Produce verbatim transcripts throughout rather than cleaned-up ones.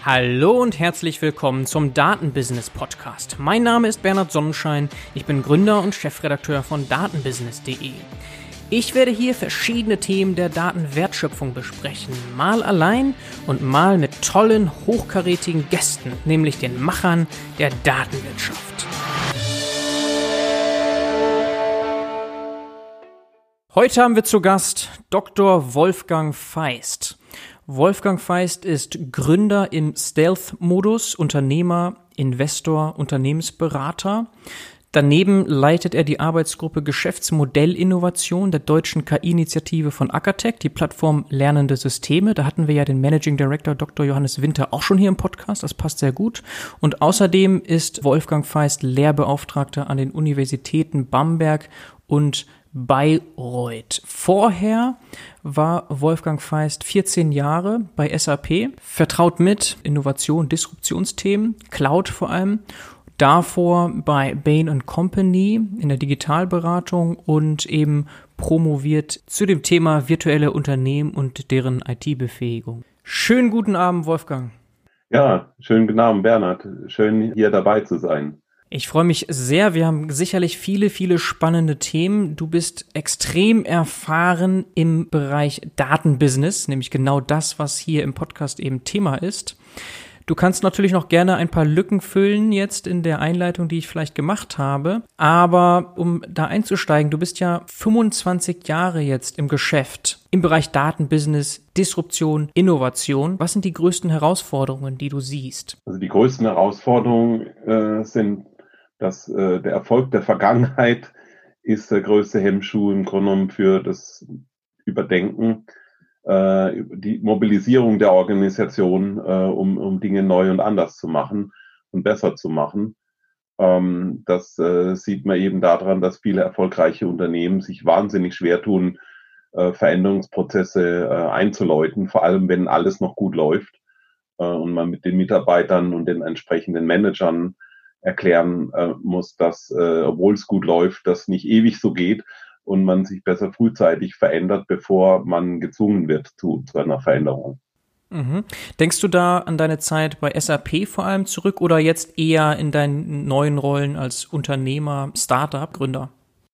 Hallo und herzlich willkommen zum Datenbusiness Podcast. Mein Name ist Bernhard Sonnenschein, ich bin Gründer und Chefredakteur von datenbusiness punkt de. Ich werde hier verschiedene Themen der Datenwertschöpfung besprechen, mal allein und mal mit tollen, hochkarätigen Gästen, nämlich den Machern der Datenwirtschaft. Heute haben wir zu Gast Doktor Wolfgang Feist. Wolfgang Feist ist Gründer im Stealth-Modus, Unternehmer, Investor, Unternehmensberater. Daneben leitet er die Arbeitsgruppe Geschäftsmodellinnovation der deutschen K I-Initiative von Ackertech, die Plattform Lernende Systeme. Da hatten wir ja den Managing Director Doktor Johannes Winter auch schon hier im Podcast, das passt sehr gut. Und außerdem ist Wolfgang Feist Lehrbeauftragter an den Universitäten Bamberg und Bayreuth. Vorher war Wolfgang Feist vierzehn Jahre bei S A P, vertraut mit Innovation, Disruptionsthemen, Cloud vor allem. Davor bei Bain and Company in der Digitalberatung und eben promoviert zu dem Thema virtuelle Unternehmen und deren I T-Befähigung. Schönen guten Abend, Wolfgang. Ja, schönen guten Abend, Bernhard. Schön, hier dabei zu sein. Ich freue mich sehr. Wir haben sicherlich viele, viele spannende Themen. Du bist extrem erfahren im Bereich Datenbusiness, nämlich genau das, was hier im Podcast eben Thema ist. Du kannst natürlich noch gerne ein paar Lücken füllen jetzt in der Einleitung, die ich vielleicht gemacht habe. Aber um da einzusteigen, du bist ja fünfundzwanzig Jahre jetzt im Geschäft, im Bereich Datenbusiness, Disruption, Innovation. Was sind die größten Herausforderungen, die du siehst? Also die größten Herausforderungen äh, sind, dass äh, der Erfolg der Vergangenheit ist der größte Hemmschuh im Grunde genommen für das Überdenken, äh, die Mobilisierung der Organisation, äh, um, um Dinge neu und anders zu machen und besser zu machen. Ähm, das äh, sieht man eben daran, dass viele erfolgreiche Unternehmen sich wahnsinnig schwer tun, äh, Veränderungsprozesse äh, einzuläuten, vor allem wenn alles noch gut läuft äh, und man mit den Mitarbeitern und den entsprechenden Managern erklären äh, muss, dass, äh, obwohl es gut läuft, das nicht ewig so geht und man sich besser frühzeitig verändert, bevor man gezwungen wird zu, zu einer Veränderung. Mhm. Denkst du da an deine Zeit bei S A P vor allem zurück oder jetzt eher in deinen neuen Rollen als Unternehmer, Startup, Gründer?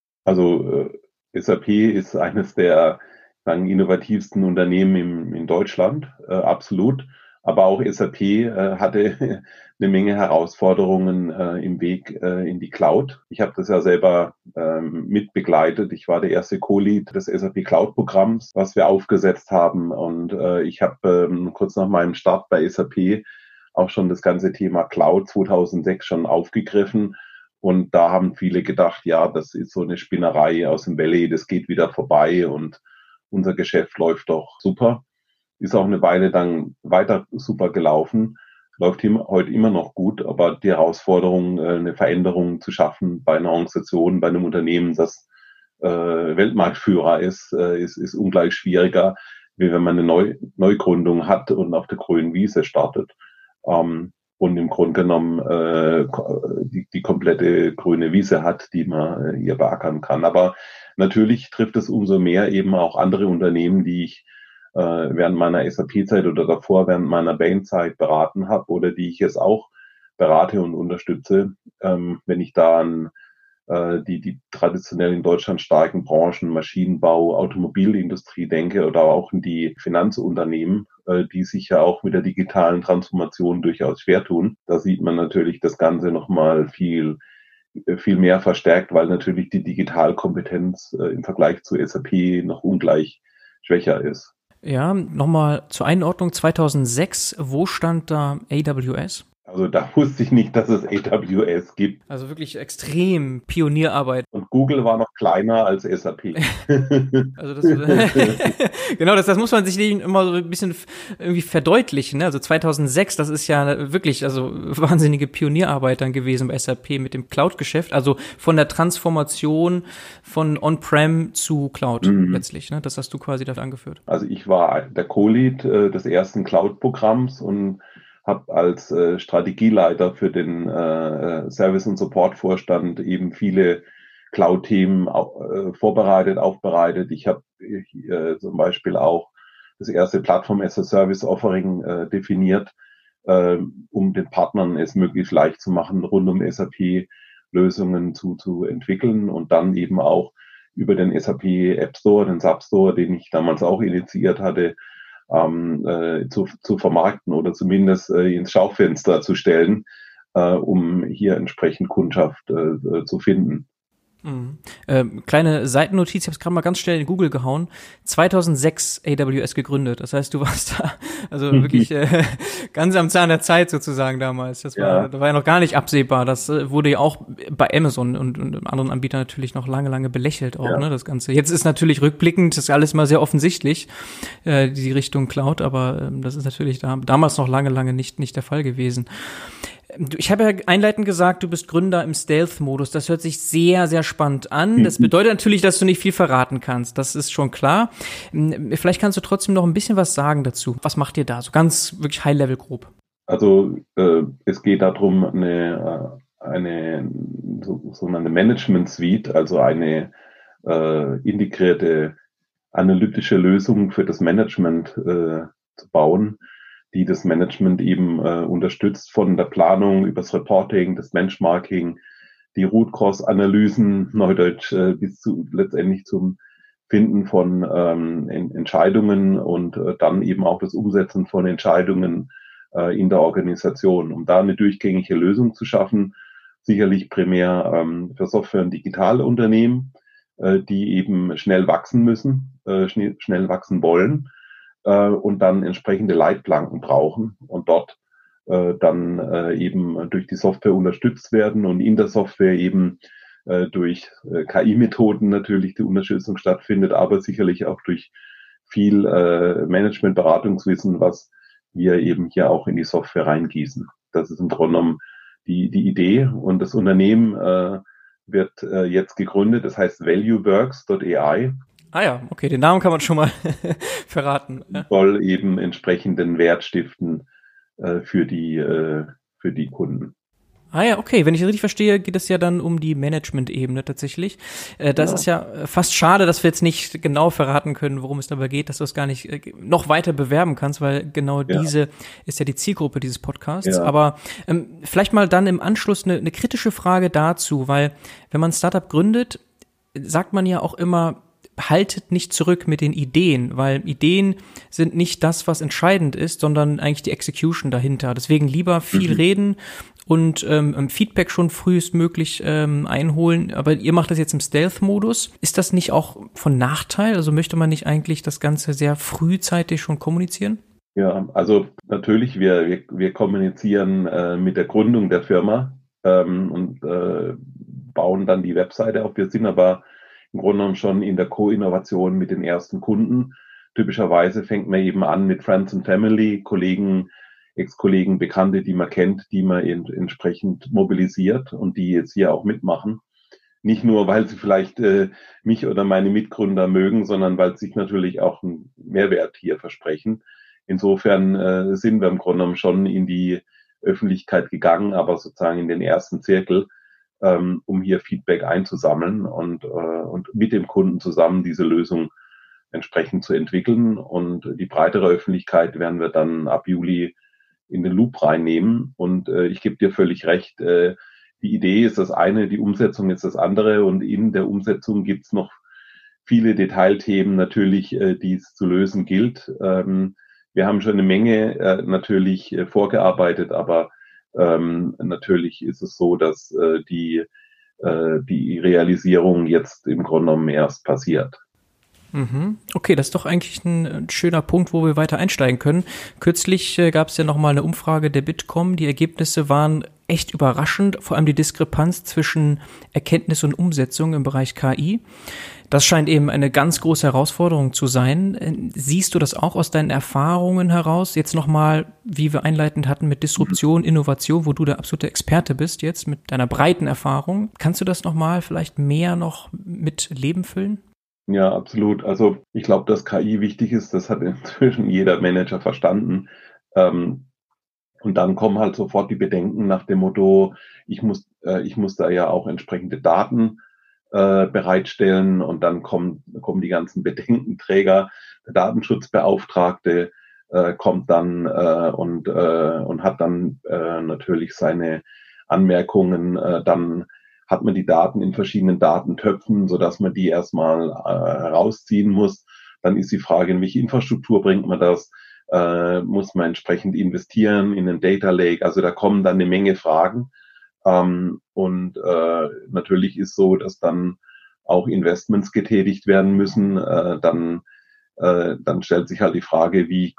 Also äh, S A P ist eines der sagen, innovativsten Unternehmen im, in Deutschland, äh, absolut. Aber auch S A P äh, hatte eine Menge Herausforderungen äh, im Weg äh, in die Cloud. Ich habe das ja selber ähm, mitbegleitet. Ich war der erste Co-Lead des S A P Cloud-Programms, was wir aufgesetzt haben. Und äh, ich habe ähm, kurz nach meinem Start bei S A P auch schon das ganze Thema Cloud zweitausendsechs schon aufgegriffen. Und da haben viele gedacht, ja, das ist so eine Spinnerei aus dem Valley, das geht wieder vorbei und unser Geschäft läuft doch super. Ist auch eine Weile dann weiter super gelaufen, läuft heute immer noch gut, aber die Herausforderung, eine Veränderung zu schaffen bei einer Organisation, bei einem Unternehmen, das äh, Weltmarktführer ist, äh, ist, ist ungleich schwieriger, wie wenn man eine Neu Neugründung hat und auf der grünen Wiese startet. Ähm, und im Grunde genommen äh, die, die komplette grüne Wiese hat, die man äh, hier beackern kann. Aber natürlich trifft es umso mehr eben auch andere Unternehmen, die ich während meiner S A P-Zeit oder davor während meiner Bain-Zeit beraten habe oder die ich jetzt auch berate und unterstütze, ähm, wenn ich da an äh, die, die traditionell in Deutschland starken Branchen, Maschinenbau, Automobilindustrie denke oder auch in die Finanzunternehmen, äh, die sich ja auch mit der digitalen Transformation durchaus schwer tun. Da sieht man natürlich das Ganze nochmal viel viel mehr verstärkt, weil natürlich die Digitalkompetenz äh, im Vergleich zu S A P noch ungleich schwächer ist. Ja, nochmal zur Einordnung, zweitausendsechs, wo stand da A W S? Also da wusste ich nicht, dass es A W S gibt. Also wirklich extrem Pionierarbeit. Und Google war noch kleiner als S A P. Also das, genau, das, das muss man sich immer so ein bisschen irgendwie verdeutlichen. Ne? Also zweitausendsechs, das ist ja wirklich also wahnsinnige Pionierarbeit dann gewesen bei S A P mit dem Cloud-Geschäft. Also von der Transformation von On-Prem zu Cloud mhm. letztlich. Ne? Das hast du quasi dafür angeführt. Also ich war der Co-Lead äh, des ersten Cloud-Programms und habe als äh, Strategieleiter für den äh, Service- und Support-Vorstand eben viele Cloud-Themen äh, vorbereitet, aufbereitet. Ich habe äh, zum Beispiel auch das erste Plattform-as-a-Service-Offering äh, definiert, äh, um den Partnern es möglichst leicht zu machen, rund um S A P Lösungen zu, zu entwickeln und dann eben auch über den S A P App Store, den SAP Store, den ich damals auch initiiert hatte, ähm, äh, zu, zu vermarkten oder zumindest äh, ins Schaufenster zu stellen, äh, um hier entsprechend Kundschaft äh, zu finden. Mhm. Ähm, kleine Seitennotiz, ich habe es gerade mal ganz schnell in Google gehauen. zweitausendsechs A W S gegründet. Das heißt, du warst da also wirklich äh, ganz am Zahn der Zeit sozusagen damals. Das war, Ja. da war ja noch gar nicht absehbar. Das äh, wurde ja auch bei Amazon und, und anderen Anbietern natürlich noch lange, lange belächelt auch, Ja. ne, das Ganze. Jetzt ist natürlich rückblickend, das ist alles mal sehr offensichtlich, äh, die Richtung Cloud, aber ähm, das ist natürlich da, damals noch lange, lange nicht, nicht der Fall gewesen. Ich habe ja einleitend gesagt, du bist Gründer im Stealth-Modus. Das hört sich sehr, sehr spannend an. Das bedeutet natürlich, dass du nicht viel verraten kannst. Das ist schon klar. Vielleicht kannst du trotzdem noch ein bisschen was sagen dazu. Was macht ihr da? So ganz wirklich High-Level grob. Also äh, es geht darum, eine, eine so, sogenannte Management Suite, also eine äh, integrierte analytische Lösung für das Management äh, zu bauen, die das Management eben äh, unterstützt von der Planung übers Reporting, das Benchmarking, die Root-Cause-Analysen, Neudeutsch, äh, bis zu letztendlich zum Finden von ähm, Entscheidungen und äh, dann eben auch das Umsetzen von Entscheidungen äh, in der Organisation, um da eine durchgängige Lösung zu schaffen, sicherlich primär ähm, für Software- und Digitalunternehmen, äh, die eben schnell wachsen müssen, äh, schnell, schnell wachsen wollen äh, und dann entsprechende Leitplanken brauchen und dort äh, dann äh, eben durch die Software unterstützt werden und in der Software eben äh, durch äh, K I-Methoden natürlich die Unterstützung stattfindet, aber sicherlich auch durch viel äh, Management-Beratungswissen, was wir eben hier auch in die Software reingießen. Das ist im Grunde genommen die, die Idee und das Unternehmen äh, wird äh, jetzt gegründet, das heißt valueworks Punkt A I. Ah ja, okay, den Namen kann man schon mal verraten. Ja. Soll eben entsprechenden Wert stiften äh, für die äh, für die Kunden. Ah ja, okay. Wenn ich das richtig verstehe, geht es ja dann um die Management-Ebene tatsächlich. Äh, das Ja. ist ja fast schade, dass wir jetzt nicht genau verraten können, worum es dabei geht, dass du es gar nicht äh, noch weiter bewerben kannst, weil genau Ja. diese ist ja die Zielgruppe dieses Podcasts. Ja. Aber ähm, vielleicht mal dann im Anschluss eine, eine kritische Frage dazu, weil wenn man ein Startup gründet, sagt man ja auch immer, haltet nicht zurück mit den Ideen, weil Ideen sind nicht das, was entscheidend ist, sondern eigentlich die Execution dahinter. Deswegen lieber viel Mhm. reden und ähm, Feedback schon frühestmöglich ähm, einholen. Aber ihr macht das jetzt im Stealth-Modus. Ist das nicht auch von Nachteil? Also möchte man nicht eigentlich das Ganze sehr frühzeitig schon kommunizieren? Ja, also natürlich, wir, wir, wir kommunizieren äh, mit der Gründung der Firma ähm, und äh, bauen dann die Webseite auf. Wir sind aber im Grunde genommen schon in der Co-Innovation mit den ersten Kunden. Typischerweise fängt man eben an mit Friends and Family, Kollegen, Ex-Kollegen, Bekannte, die man kennt, die man in, entsprechend mobilisiert und die jetzt hier auch mitmachen. Nicht nur, weil sie vielleicht äh, mich oder meine Mitgründer mögen, sondern weil sie sich natürlich auch einen Mehrwert hier versprechen. Insofern äh, sind wir im Grunde genommen schon in die Öffentlichkeit gegangen, aber sozusagen in den ersten Zirkel, ähm, um hier Feedback einzusammeln und, äh, und mit dem Kunden zusammen diese Lösung entsprechend zu entwickeln. Und die breitere Öffentlichkeit werden wir dann ab Juli in den Loop reinnehmen. Und äh, ich gebe dir völlig recht, äh, die Idee ist das eine, die Umsetzung ist das andere. Und in der Umsetzung gibt's noch viele Detailthemen natürlich, äh, die es zu lösen gilt. Ähm, wir haben schon eine Menge äh, natürlich äh, vorgearbeitet, aber ähm, natürlich ist es so, dass äh, die, äh, die Realisierung jetzt im Grunde genommen erst passiert. Mhm. Okay, das ist doch eigentlich ein, ein schöner Punkt, wo wir weiter einsteigen können. Kürzlich äh, gab es ja noch mal eine Umfrage der Bitkom. Die Ergebnisse waren echt überraschend, vor allem die Diskrepanz zwischen Erkenntnis und Umsetzung im Bereich K I. Das scheint eben eine ganz große Herausforderung zu sein. Siehst du das auch aus deinen Erfahrungen heraus? Jetzt nochmal, wie wir einleitend hatten, mit Disruption, Innovation, wo du der absolute Experte bist jetzt mit deiner breiten Erfahrung. Kannst du das nochmal vielleicht mehr noch mit Leben füllen? Ja, absolut. Also ich glaube, dass K I wichtig ist, das hat inzwischen jeder Manager verstanden. Ähm, und dann kommen halt sofort die Bedenken nach dem Motto, ich muss, äh, ich muss da ja auch entsprechende Daten äh, bereitstellen und dann kommen, kommen die ganzen Bedenkenträger, der Datenschutzbeauftragte, äh, kommt dann äh, und, äh, und hat dann äh, natürlich seine Anmerkungen. Äh, dann hat man die Daten in verschiedenen Datentöpfen, sodass man die erstmal äh, herausziehen muss. Dann ist die Frage, in welche Infrastruktur bringt man das? Äh, muss man entsprechend investieren in einen Data Lake? Also da kommen dann eine Menge Fragen. Ähm, und äh, natürlich ist so, dass dann auch Investments getätigt werden müssen. Äh, dann, äh, dann stellt sich halt die Frage, wie,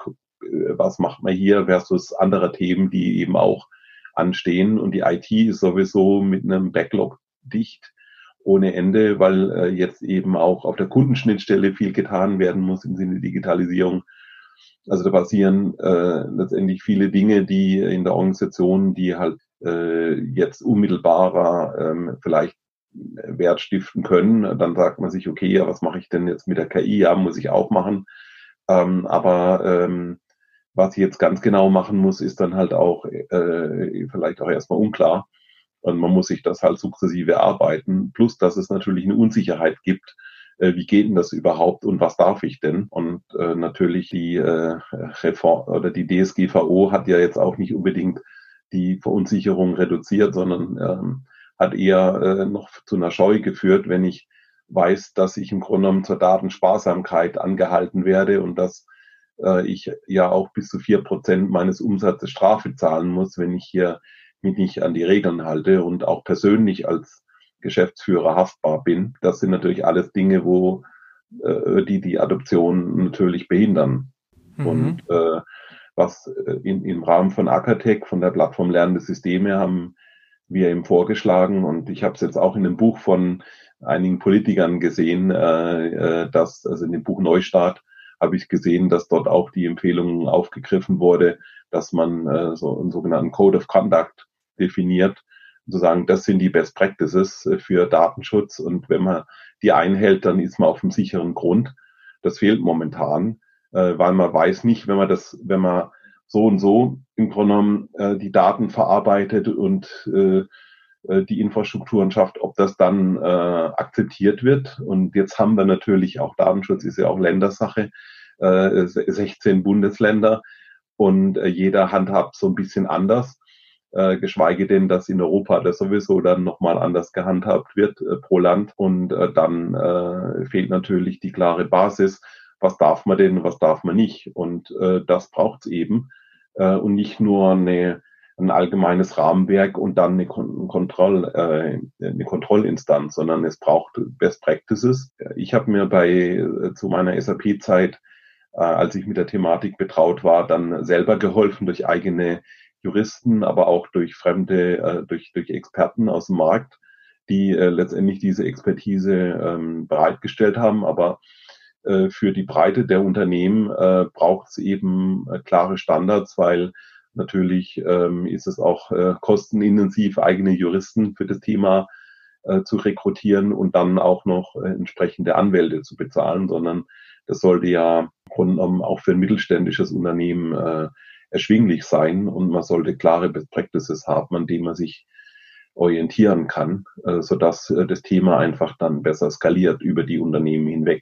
was macht man hier versus andere Themen, die eben auch anstehen. Und die I T ist sowieso mit einem Backlog dicht ohne Ende, weil äh, jetzt eben auch auf der Kundenschnittstelle viel getan werden muss im Sinne Digitalisierung. Also da passieren äh, letztendlich viele Dinge, die in der Organisation, die halt äh, jetzt unmittelbarer ähm, vielleicht Wert stiften können. Dann sagt man sich, okay, ja, was mache ich denn jetzt mit der K I? Ja, muss ich auch machen. Ähm, aber ähm, was ich jetzt ganz genau machen muss, ist dann halt auch äh, vielleicht auch erstmal unklar. Und man muss sich das halt sukzessive erarbeiten. Plus, dass es natürlich eine Unsicherheit gibt. Äh, wie geht denn das überhaupt und was darf ich denn? Und äh, natürlich die äh, Reform oder die D S G V O hat ja jetzt auch nicht unbedingt die Verunsicherung reduziert, sondern ähm, hat eher äh, noch zu einer Scheu geführt, wenn ich weiß, dass ich im Grunde genommen zur Datensparsamkeit angehalten werde und dass äh, ich ja auch bis zu vier Prozent meines Umsatzes Strafe zahlen muss, wenn ich hier mich nicht an die Regeln halte und auch persönlich als Geschäftsführer haftbar bin. Das sind natürlich alles Dinge, wo äh, die die Adoption natürlich behindern. Mhm. Und äh, was in, im Rahmen von Acatec, von der Plattform Lernende Systeme, haben wir ihm vorgeschlagen, und ich habe es jetzt auch in einem Buch von einigen Politikern gesehen, äh, dass, also in dem Buch Neustart habe ich gesehen, dass dort auch die Empfehlung aufgegriffen wurde, dass man äh, so einen sogenannten Code of Conduct definiert, zu sagen, das sind die Best Practices für Datenschutz, und wenn man die einhält, dann ist man auf einem sicheren Grund. Das fehlt momentan, äh, weil man weiß nicht, wenn man das, wenn man so und so im Grunde genommen äh, die Daten verarbeitet und äh, die Infrastrukturen schafft, ob das dann äh, akzeptiert wird. Und jetzt haben wir natürlich auch, Datenschutz ist ja auch Ländersache, äh, sechzehn Bundesländer, und äh, jeder handhabt so ein bisschen anders. Äh, geschweige denn, dass in Europa das sowieso dann nochmal anders gehandhabt wird äh, pro Land. Und äh, dann äh, fehlt natürlich die klare Basis. Was darf man denn, was darf man nicht? Und äh, das braucht es eben. Äh, und nicht nur eine, ein allgemeines Rahmenwerk und dann eine, Kontroll, äh, eine Kontrollinstanz, sondern es braucht Best Practices. Ich habe mir bei äh, zu meiner S A P-Zeit, äh, als ich mit der Thematik betraut war, dann selber geholfen durch eigene Juristen, aber auch durch fremde, äh, durch, durch Experten aus dem Markt, die äh, letztendlich diese Expertise ähm, bereitgestellt haben. Aber äh, für die Breite der Unternehmen äh, braucht es eben äh, klare Standards, weil natürlich ähm, ist es auch äh, kostenintensiv, eigene Juristen für das Thema äh, zu rekrutieren und dann auch noch äh, entsprechende Anwälte zu bezahlen, sondern das sollte ja im Grunde genommen auch für ein mittelständisches Unternehmen äh, erschwinglich sein, und man sollte klare Best Practices haben, an denen man sich orientieren kann, äh, sodass äh, das Thema einfach dann besser skaliert über die Unternehmen hinweg.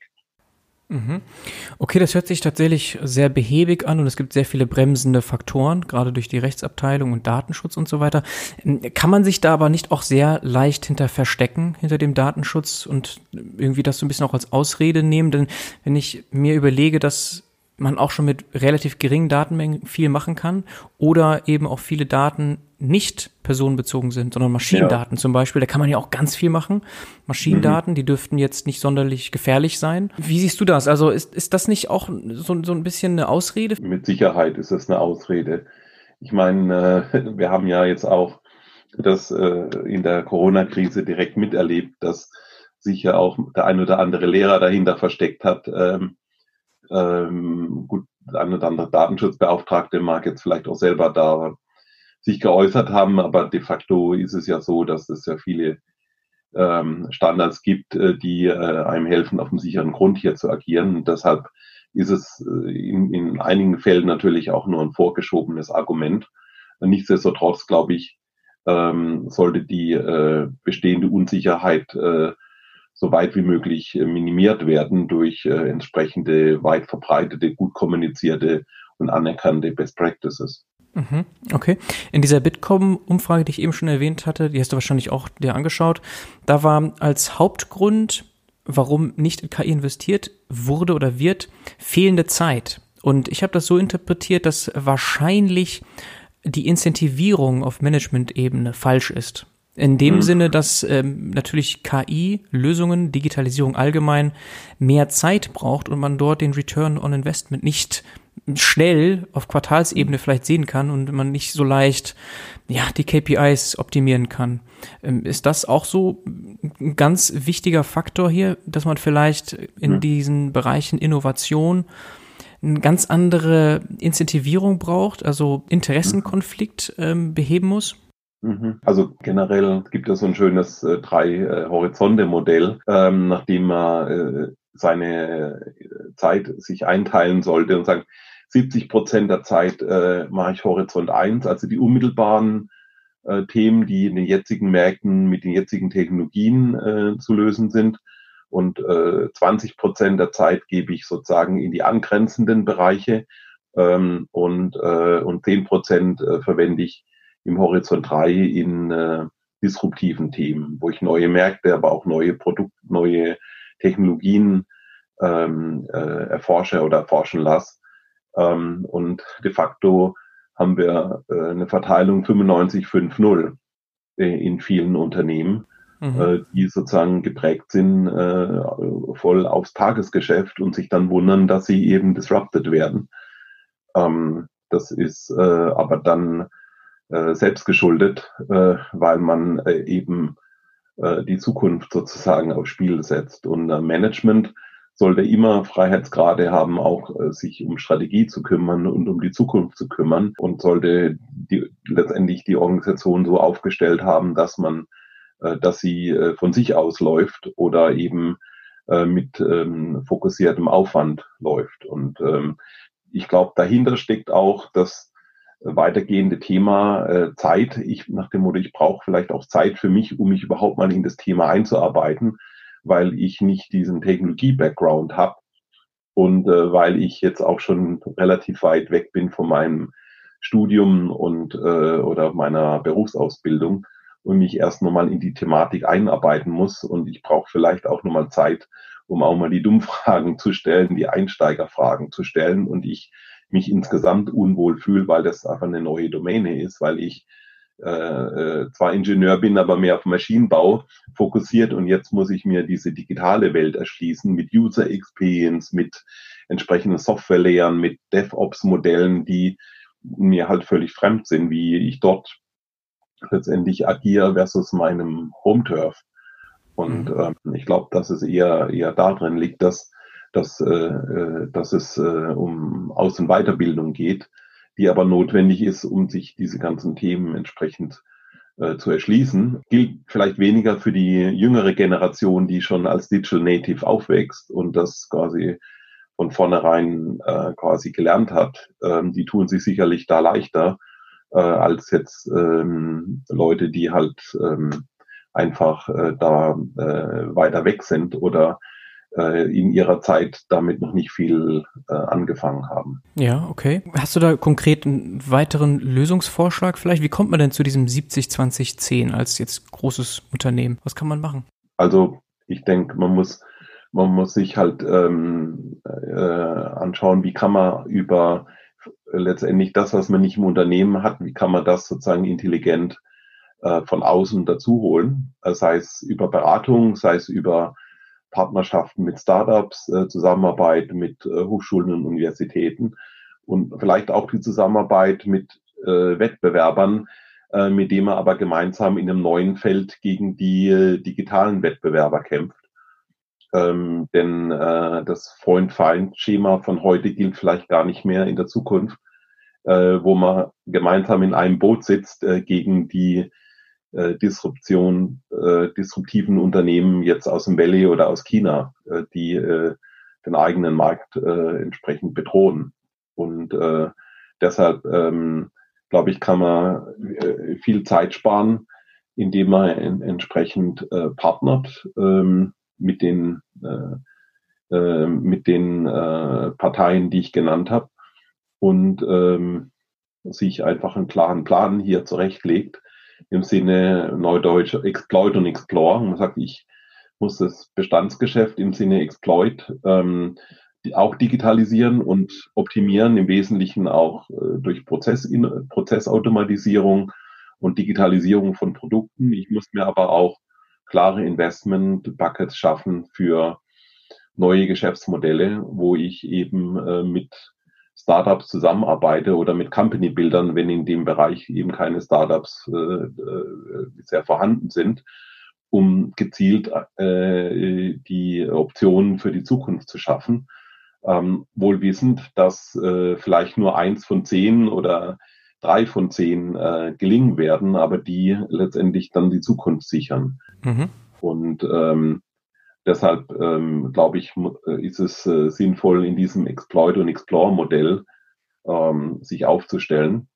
Okay, das hört sich tatsächlich sehr behäbig an, und es gibt sehr viele bremsende Faktoren, gerade durch die Rechtsabteilung und Datenschutz und so weiter. Kann man sich da aber nicht auch sehr leicht hinter verstecken, hinter dem Datenschutz, und irgendwie das so ein bisschen auch als Ausrede nehmen? Denn wenn ich mir überlege, dass man auch schon mit relativ geringen Datenmengen viel machen kann oder eben auch viele Daten nicht personenbezogen sind, sondern Maschinendaten ja. Zum Beispiel, da kann man ja auch ganz viel machen. Maschinendaten, mhm. die dürften jetzt nicht sonderlich gefährlich sein. Wie siehst du das? Also ist, ist das nicht auch so, so ein bisschen eine Ausrede? Mit Sicherheit ist das eine Ausrede. Ich meine, äh, wir haben ja jetzt auch das äh, in der Corona-Krise direkt miterlebt, dass sich ja auch der ein oder andere Lehrer dahinter versteckt hat. Ähm, ähm, gut, der ein oder andere Datenschutzbeauftragte mag jetzt vielleicht auch selber da sich geäußert haben, aber de facto ist es ja so, dass es ja viele ähm, Standards gibt, äh, die äh, einem helfen, auf einem sicheren Grund hier zu agieren. Und deshalb ist es äh, in, in einigen Fällen natürlich auch nur ein vorgeschobenes Argument. Nichtsdestotrotz, glaube ich, ähm, sollte die äh, bestehende Unsicherheit äh, so weit wie möglich äh, minimiert werden durch äh, entsprechende weit verbreitete, gut kommunizierte und anerkannte Best Practices. Mhm, okay. In dieser Bitkom-Umfrage, die ich eben schon erwähnt hatte, die hast du wahrscheinlich auch dir angeschaut, da war als Hauptgrund, warum nicht in K I investiert wurde oder wird, fehlende Zeit. Und ich habe das so interpretiert, dass wahrscheinlich die Incentivierung auf Management-Ebene falsch ist. In dem mhm. Sinne, dass ähm, natürlich K I-Lösungen, Digitalisierung allgemein mehr Zeit braucht und man dort den Return on Investment nicht schnell auf Quartalsebene vielleicht sehen kann und man nicht so leicht ja die K P Is optimieren kann. Ähm, ist das auch so ein ganz wichtiger Faktor hier, dass man vielleicht in mhm. diesen Bereichen Innovation eine ganz andere Incentivierung braucht, also Interessenkonflikt ähm, beheben muss? Also generell gibt es so ein schönes äh, Drei-Horizonte-Modell, ähm, nachdem man äh, seine Zeit sich einteilen sollte und sagt, siebzig Prozent der Zeit äh, mache ich Horizont eins, also die unmittelbaren äh, Themen, die in den jetzigen Märkten mit den jetzigen Technologien äh, zu lösen sind. Und äh, zwanzig Prozent der Zeit gebe ich sozusagen in die angrenzenden Bereiche ähm, und, äh, und zehn Prozent äh, verwende ich im Horizont drei in äh, disruptiven Themen, wo ich neue Märkte, aber auch neue Produkte, neue Technologien ähm, äh, erforsche oder erforschen lasse. Ähm, und de facto haben wir äh, eine Verteilung fünfundneunzig fünf null äh, in vielen Unternehmen, mhm. äh, die sozusagen geprägt sind äh, voll aufs Tagesgeschäft und sich dann wundern, dass sie eben disrupted werden. Ähm, das ist äh, aber dann äh, selbst geschuldet, äh, weil man äh, eben äh, die Zukunft sozusagen aufs Spiel setzt. Und äh, Management sollte immer Freiheitsgrade haben, auch äh, sich um Strategie zu kümmern und um die Zukunft zu kümmern und sollte die, letztendlich die Organisation so aufgestellt haben, dass man, äh, dass sie äh, von sich aus läuft oder eben äh, mit ähm, fokussiertem Aufwand läuft. Und ähm, ich glaube, dahinter steckt auch das weitergehende Thema äh, Zeit. Ich nach dem Motto, ich brauche vielleicht auch Zeit für mich, um mich überhaupt mal in das Thema einzuarbeiten, weil ich nicht diesen Technologie-Background habe und äh, weil ich jetzt auch schon relativ weit weg bin von meinem Studium und äh, oder meiner Berufsausbildung und mich erst nochmal in die Thematik einarbeiten muss. Und ich brauche vielleicht auch nochmal Zeit, um auch mal die Dummfragen zu stellen, die Einsteigerfragen zu stellen. Und ich mich insgesamt unwohl fühle, weil das einfach eine neue Domäne ist, weil ich äh, zwar Ingenieur bin, aber mehr auf Maschinenbau fokussiert und jetzt muss ich mir diese digitale Welt erschließen mit User Experience, mit entsprechenden Software-Layern, mit DevOps-Modellen, die mir halt völlig fremd sind, wie ich dort letztendlich agiere versus meinem Home-Turf. Und mhm. ähm, ich glaube, dass es eher eher darin liegt, dass dass, äh, dass es äh, um Aus- und Weiterbildung geht, die aber notwendig ist, um sich diese ganzen Themen entsprechend äh, zu erschließen. Gilt vielleicht weniger für die jüngere Generation, die schon als Digital Native aufwächst und das quasi von vornherein äh, quasi gelernt hat. Ähm, die tun sich sicherlich da leichter äh, als jetzt ähm, Leute, die halt ähm, einfach äh, da äh, weiter weg sind oder in ihrer Zeit damit noch nicht viel äh, angefangen haben. Ja, okay. Hast du da konkret einen weiteren Lösungsvorschlag vielleicht? Wie kommt man denn zu diesem siebzig zwanzig zehn als jetzt großes Unternehmen? Was kann man machen? Also ich denke, man muss man muss sich halt ähm, äh, anschauen, wie kann man über letztendlich das, was man nicht im Unternehmen hat, wie kann man das sozusagen intelligent äh, von außen dazu holen, sei es über Beratung, sei es über Partnerschaften mit Startups, äh, Zusammenarbeit mit äh, Hochschulen und Universitäten und vielleicht auch die Zusammenarbeit mit äh, Wettbewerbern, äh, mit denen man aber gemeinsam in einem neuen Feld gegen die äh, digitalen Wettbewerber kämpft. Ähm, denn äh, das Freund-Feind-Schema von heute gilt vielleicht gar nicht mehr in der Zukunft, äh, wo man gemeinsam in einem Boot sitzt äh, gegen die äh, Disruption, äh, disruptiven Unternehmen jetzt aus dem Valley oder aus China, äh, die äh, den eigenen Markt äh, entsprechend bedrohen. Und äh, deshalb, ähm, glaube ich, kann man äh, viel Zeit sparen, indem man en- entsprechend äh, partnert ähm, mit den äh, äh, mit den äh, Parteien, die ich genannt habe. und ähm, sich einfach einen klaren Plan hier zurechtlegt, im Sinne Neudeutsch Exploit und Explore. Und man sagt, ich muss das Bestandsgeschäft im Sinne Exploit ähm, die auch digitalisieren und optimieren, im Wesentlichen auch äh, durch Prozess, in, Prozessautomatisierung und Digitalisierung von Produkten. Ich muss mir aber auch klare Investment-Buckets schaffen für neue Geschäftsmodelle, wo ich eben äh, mit Startups zusammenarbeite oder mit Company-Bildern, wenn in dem Bereich eben keine Startups äh, äh, bisher vorhanden sind, um gezielt äh, die Optionen für die Zukunft zu schaffen. Ähm, wohl wissend, dass äh, vielleicht nur eins von zehn oder drei von zehn äh, gelingen werden, aber die letztendlich dann die Zukunft sichern. Mhm. Und ähm, deshalb ähm, glaube ich, ist es äh, sinnvoll, in diesem Exploit- und Explore-Modell ähm, sich aufzustellen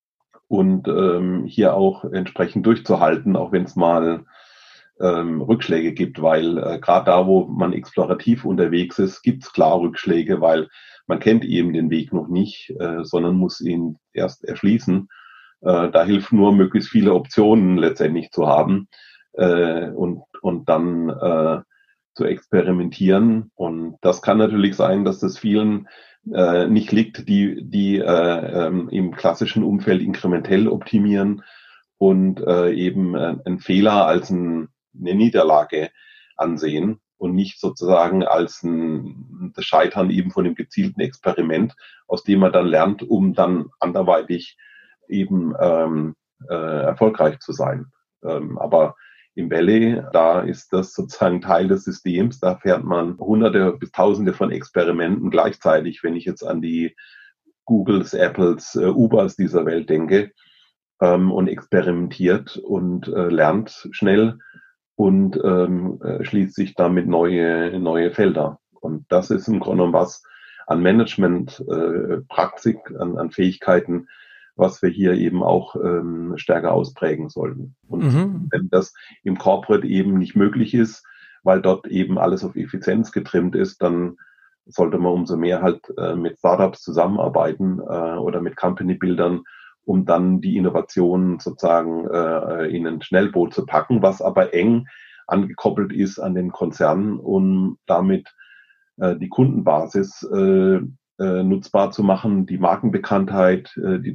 und ähm, hier auch entsprechend durchzuhalten, auch wenn es mal ähm, Rückschläge gibt, weil äh, gerade da, wo man explorativ unterwegs ist, gibt es klar Rückschläge, weil man kennt eben den Weg noch nicht, äh, sondern muss ihn erst erschließen. Äh, da hilft nur, möglichst viele Optionen letztendlich zu haben äh, und, und dann äh, zu experimentieren. Und das kann natürlich sein, dass das vielen äh, nicht liegt, die, die äh, ähm, im klassischen Umfeld inkrementell optimieren und äh, eben äh, einen Fehler als ein, eine Niederlage ansehen und nicht sozusagen als ein, das Scheitern eben von dem gezielten Experiment, aus dem man dann lernt, um dann anderweitig eben ähm, äh, erfolgreich zu sein. Ähm, aber im Valley, da ist das sozusagen Teil des Systems, da fährt man hunderte bis tausende von Experimenten gleichzeitig, wenn ich jetzt an die Googles, Apples, äh, Ubers dieser Welt denke, ähm, und experimentiert und äh, lernt schnell und ähm, äh, schließt sich damit neue, neue Felder. Und das ist im Grunde genommen was an Management, äh, Praxis, an, an Fähigkeiten, was wir hier eben auch ähm, stärker ausprägen sollten. Und Mhm. wenn das im Corporate eben nicht möglich ist, weil dort eben alles auf Effizienz getrimmt ist, dann sollte man umso mehr halt äh, mit Startups zusammenarbeiten äh, oder mit Company-Bildern, um dann die Innovationen sozusagen äh, in ein Schnellboot zu packen, was aber eng angekoppelt ist an den Konzernen, um damit äh, die Kundenbasis äh, äh, nutzbar zu machen, die Markenbekanntheit, äh, die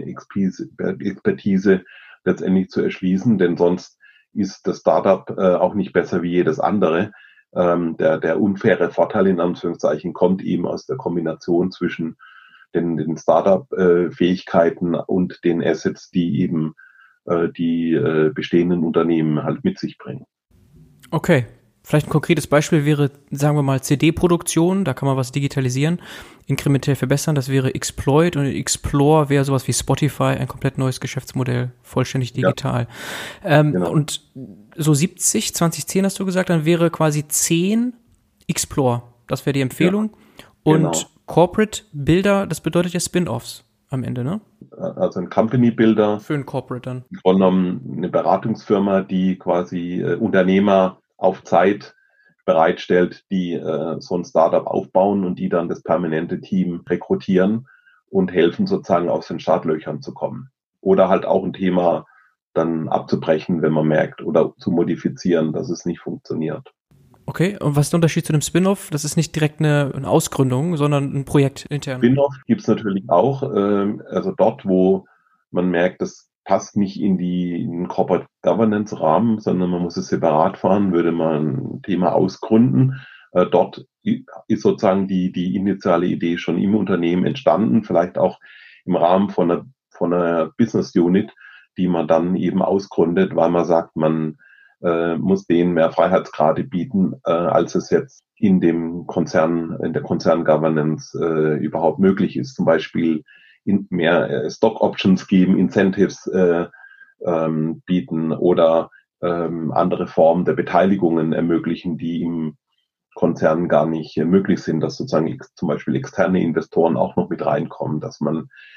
Domain-Expertise letztendlich zu erschließen, denn sonst ist das Startup äh, auch nicht besser wie jedes andere. Ähm, der, der unfaire Vorteil in Anführungszeichen kommt eben aus der Kombination zwischen den, den Startup-Fähigkeiten und den Assets, die eben äh, die äh, bestehenden Unternehmen halt mit sich bringen. Okay. Vielleicht ein konkretes Beispiel wäre, sagen wir mal, C D-Produktion, da kann man was digitalisieren, inkrementell verbessern, das wäre Exploit und Explore wäre sowas wie Spotify, ein komplett neues Geschäftsmodell, vollständig digital. Ja, ähm, genau. Und so siebzig, zwanzig zehn hast du gesagt, dann wäre quasi zehn Explore, das wäre die Empfehlung. Ja, genau. Und Corporate Builder, das bedeutet ja Spin-Offs am Ende, ne? Also ein Company Builder. Für einen Corporate dann. Im Grunde genommen eine Beratungsfirma, die quasi äh, Unternehmer auf Zeit bereitstellt, die äh, so ein Startup aufbauen und die dann das permanente Team rekrutieren und helfen sozusagen aus den Startlöchern zu kommen. Oder halt auch ein Thema dann abzubrechen, wenn man merkt, oder zu modifizieren, dass es nicht funktioniert. Okay, und was ist der Unterschied zu einem Spin-off? Das ist nicht direkt eine, eine Ausgründung, sondern ein Projekt intern. Spin-off gibt es natürlich auch, ähm, also dort, wo man merkt, das passt nicht in, die, in den Corporate Governance Rahmen, sondern man muss es separat fahren, würde man ein Thema ausgründen. Äh, dort ist sozusagen die, die initiale Idee schon im Unternehmen entstanden, vielleicht auch im Rahmen von einer, von einer Business Unit, die man dann eben ausgründet, weil man sagt, man äh, muss denen mehr Freiheitsgrade bieten, äh, als es jetzt in dem Konzern, in der Konzern-Governance äh, überhaupt möglich ist. Zum Beispiel in mehr äh, Stock-Options geben, Incentives äh, ähm, bieten oder ähm, andere Formen der Beteiligungen ermöglichen, die im Konzern gar nicht äh, möglich sind, dass sozusagen ex- zum Beispiel externe Investoren auch noch mit reinkommen, dass man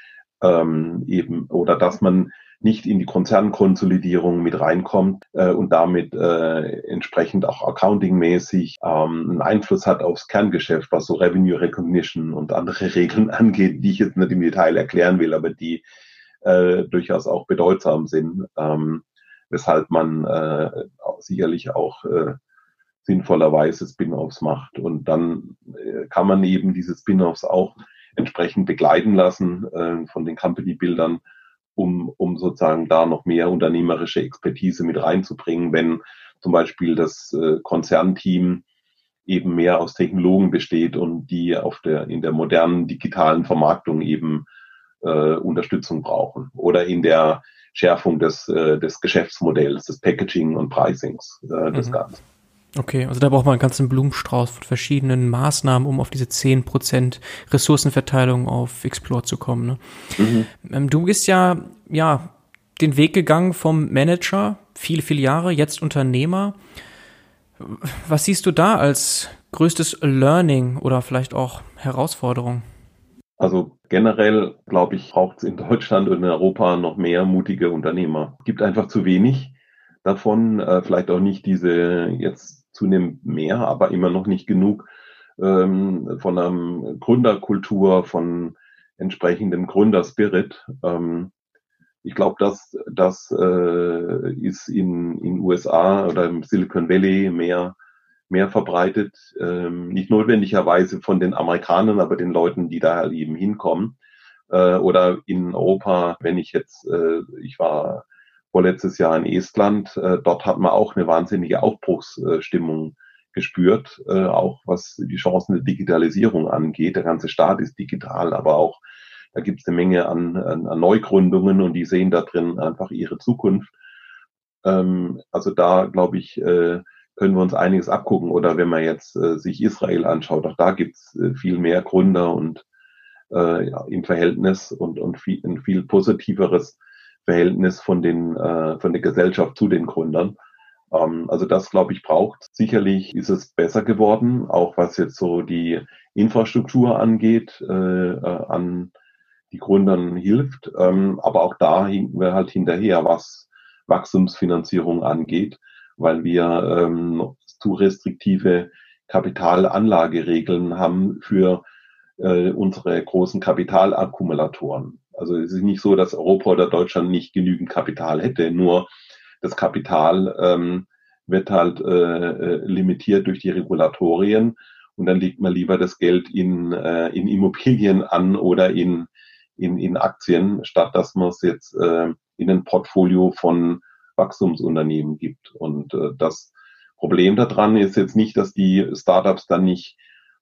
ähm, eben oder dass man nicht in die Konzernkonsolidierung mit reinkommt äh, und damit äh, entsprechend auch accountingmäßig ähm, einen Einfluss hat aufs Kerngeschäft, was so Revenue Recognition und andere Regeln angeht, die ich jetzt nicht im Detail erklären will, aber die äh, durchaus auch bedeutsam sind, ähm, weshalb man äh, auch sicherlich auch äh, sinnvollerweise Spin-offs macht. Und dann äh, kann man eben diese Spin-offs auch entsprechend begleiten lassen äh, von den Company-Bildern, um, um sozusagen da noch mehr unternehmerische Expertise mit reinzubringen, wenn zum Beispiel das äh, Konzernteam eben mehr aus Technologen besteht und die auf der, in der modernen digitalen Vermarktung eben äh, Unterstützung brauchen oder in der Schärfung des, äh, des Geschäftsmodells, des Packaging und Pricings äh, des Mhm. Ganzen. Okay, also da braucht man einen ganzen Blumenstrauß von verschiedenen Maßnahmen, um auf diese zehn Prozent Ressourcenverteilung auf Explore zu kommen. Ne? Mhm. Ähm, du bist ja, ja den Weg gegangen vom Manager, viele, viele Jahre, jetzt Unternehmer. Was siehst du da als größtes Learning oder vielleicht auch Herausforderung? Also generell, glaube ich, braucht es in Deutschland und in Europa noch mehr mutige Unternehmer. Es gibt einfach zu wenig davon, äh, vielleicht auch nicht diese jetzt zunehmend mehr, aber immer noch nicht genug ähm, von einer Gründerkultur, von entsprechendem Gründerspirit. Ähm, ich glaube, das, das äh, ist in in U S A oder im Silicon Valley mehr mehr verbreitet, ähm, nicht notwendigerweise von den Amerikanern, aber den Leuten, die da eben hinkommen. Äh, oder in Europa, wenn ich jetzt, äh, ich war vorletztes Jahr in Estland, äh, dort hat man auch eine wahnsinnige Aufbruchsstimmung gespürt, äh, auch was die Chancen der Digitalisierung angeht. Der ganze Staat ist digital, aber auch da gibt es eine Menge an, an, an Neugründungen und die sehen da drin einfach ihre Zukunft. Ähm, also da, glaube ich, äh, können wir uns einiges abgucken. Oder wenn man jetzt äh, sich Israel anschaut, auch da gibt es äh, viel mehr Gründer und äh, ja, im Verhältnis und, und viel, ein viel positiveres Verhältnis von den äh, von der Gesellschaft zu den Gründern. Ähm, also das, glaube ich, braucht. Sicherlich ist es besser geworden, auch was jetzt so die Infrastruktur angeht, äh, äh, an die Gründern hilft. Ähm, aber auch da hinken wir halt hinterher, was Wachstumsfinanzierung angeht, weil wir ähm, zu restriktive Kapitalanlageregeln haben für äh, unsere großen Kapitalakkumulatoren. Also es ist nicht so, dass Europa oder Deutschland nicht genügend Kapital hätte, nur das Kapital ähm, wird halt äh, limitiert durch die Regulatorien und dann legt man lieber das Geld in, äh, in Immobilien an oder in, in, in Aktien, statt dass man es jetzt äh, in ein Portfolio von Wachstumsunternehmen gibt. Und äh, das Problem daran ist jetzt nicht, dass die Startups dann nicht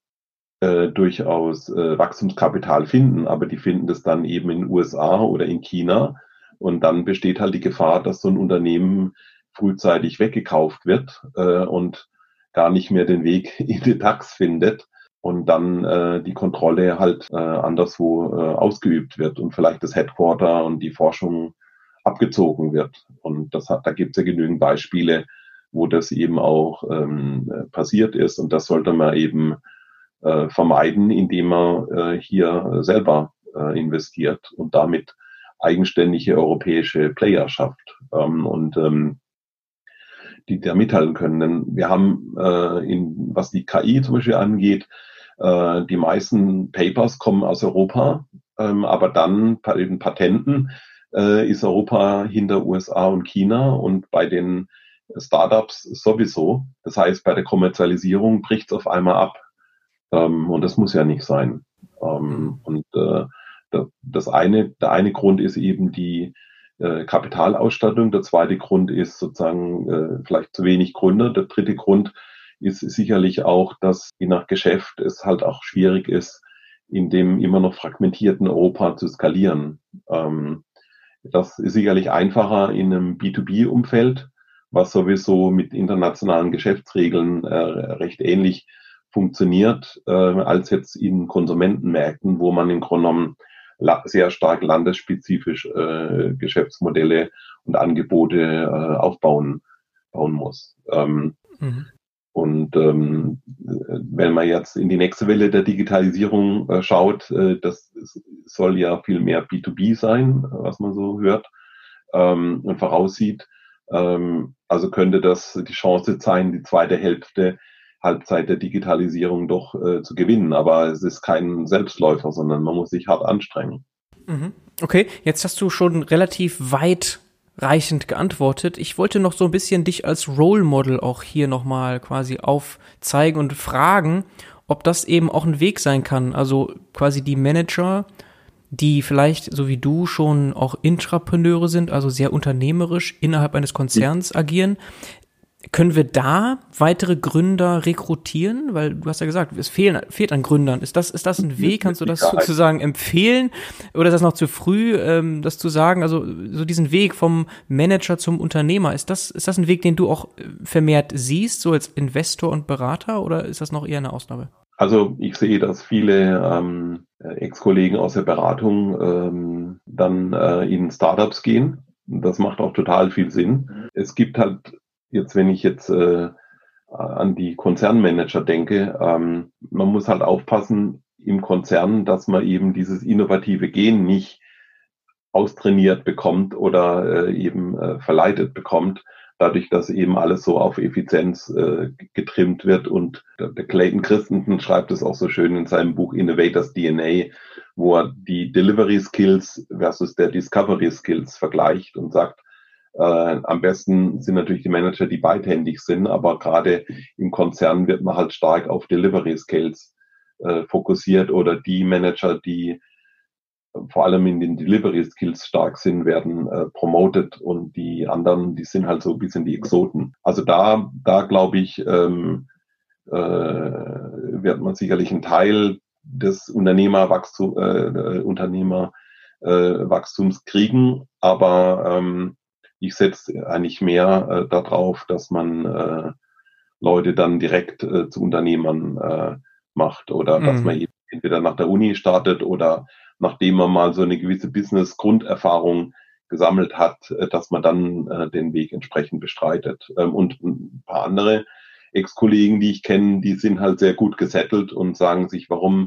äh, durchaus äh, Wachstumskapital finden, aber die finden das dann eben in den U S A oder in China. Und dann besteht halt die Gefahr, dass so ein Unternehmen frühzeitig weggekauft wird äh, und gar nicht mehr den Weg in den DAX findet und dann äh, die Kontrolle halt äh, anderswo äh, ausgeübt wird und vielleicht das Headquarter und die Forschung abgezogen wird. Und das hat, da gibt es ja genügend Beispiele, wo das eben auch ähm, passiert ist. Und das sollte man eben äh, vermeiden, indem man äh, hier selber äh, investiert und damit eigenständige europäische Player schafft ähm, und ähm, die da mithalten können. Denn wir haben, äh, in, was die K I zum Beispiel angeht, äh, die meisten Papers kommen aus Europa, ähm, aber dann bei den Patenten äh, ist Europa hinter U S A und China und bei den Startups sowieso. Das heißt, bei der Kommerzialisierung bricht es auf einmal ab. Ähm, und das muss ja nicht sein. Ähm, und äh, das eine, der eine Grund ist eben die äh, Kapitalausstattung. Der zweite Grund ist sozusagen äh, vielleicht zu wenig Gründer. Der dritte Grund ist sicherlich auch, dass je nach Geschäft es halt auch schwierig ist, in dem immer noch fragmentierten Europa zu skalieren. Ähm, das ist sicherlich einfacher in einem B zwei B-Umfeld, was sowieso mit internationalen Geschäftsregeln äh, recht ähnlich funktioniert, äh, als jetzt in Konsumentenmärkten, wo man im Grunde genommen sehr stark landesspezifisch äh, Geschäftsmodelle und Angebote äh, aufbauen bauen muss. Ähm, mhm. Und ähm, wenn man jetzt in die nächste Welle der Digitalisierung äh, schaut, äh, das soll ja viel mehr B zwei B sein, was man so hört ähm, und voraussieht. Ähm, also könnte das die Chance sein, die zweite Hälfte Halbzeit der Digitalisierung doch äh, zu gewinnen. Aber es ist kein Selbstläufer, sondern man muss sich hart anstrengen. Mhm. Okay, jetzt hast du schon relativ weitreichend geantwortet. Ich wollte noch so ein bisschen dich als Role Model auch hier nochmal quasi aufzeigen und fragen, ob das eben auch ein Weg sein kann. Also quasi die Manager, die vielleicht, so wie du, schon auch Intrapreneure sind, also sehr unternehmerisch innerhalb eines Konzerns agieren. Können wir da weitere Gründer rekrutieren? Weil du hast ja gesagt, es fehlen, fehlt an Gründern. Ist das, ist das ein Weg? Kannst du das sozusagen empfehlen? Oder ist das noch zu früh, ähm, das zu sagen? Also so diesen Weg vom Manager zum Unternehmer, ist das, ist das ein Weg, den du auch vermehrt siehst, so als Investor und Berater? Oder ist das noch eher eine Ausnahme? Also ich sehe, dass viele ähm, Ex-Kollegen aus der Beratung ähm, dann äh, in Startups gehen. Das macht auch total viel Sinn. Es gibt halt jetzt, wenn ich jetzt äh, an die Konzernmanager denke, ähm, man muss halt aufpassen im Konzern, dass man eben dieses innovative Gen nicht austrainiert bekommt oder äh, eben äh, verleitet bekommt, dadurch, dass eben alles so auf Effizienz äh, getrimmt wird. Und der, der Clayton Christensen schreibt es auch so schön in seinem Buch Innovators D N A, wo er die Delivery Skills versus der Discovery Skills vergleicht und sagt, Äh, am besten sind natürlich die Manager, die beidhändig sind, aber gerade im Konzern wird man halt stark auf Delivery Skills äh, fokussiert oder die Manager, die vor allem in den Delivery Skills stark sind, werden äh, promoted und die anderen, die sind halt so ein bisschen die Exoten. Also da, da glaube ich, ähm, äh, wird man sicherlich einen Teil des Unternehmerwachstum, äh, Unternehmerwachstums kriegen, aber ähm, ich setze eigentlich mehr äh, darauf, dass man äh, Leute dann direkt äh, zu Unternehmern äh, macht oder mm. dass man eben entweder nach der Uni startet oder nachdem man mal so eine gewisse Business-Grunderfahrung gesammelt hat, äh, dass man dann äh, den Weg entsprechend bestreitet. Ähm, und ein paar andere Ex-Kollegen, die ich kenne, die sind halt sehr gut gesettelt und sagen sich, warum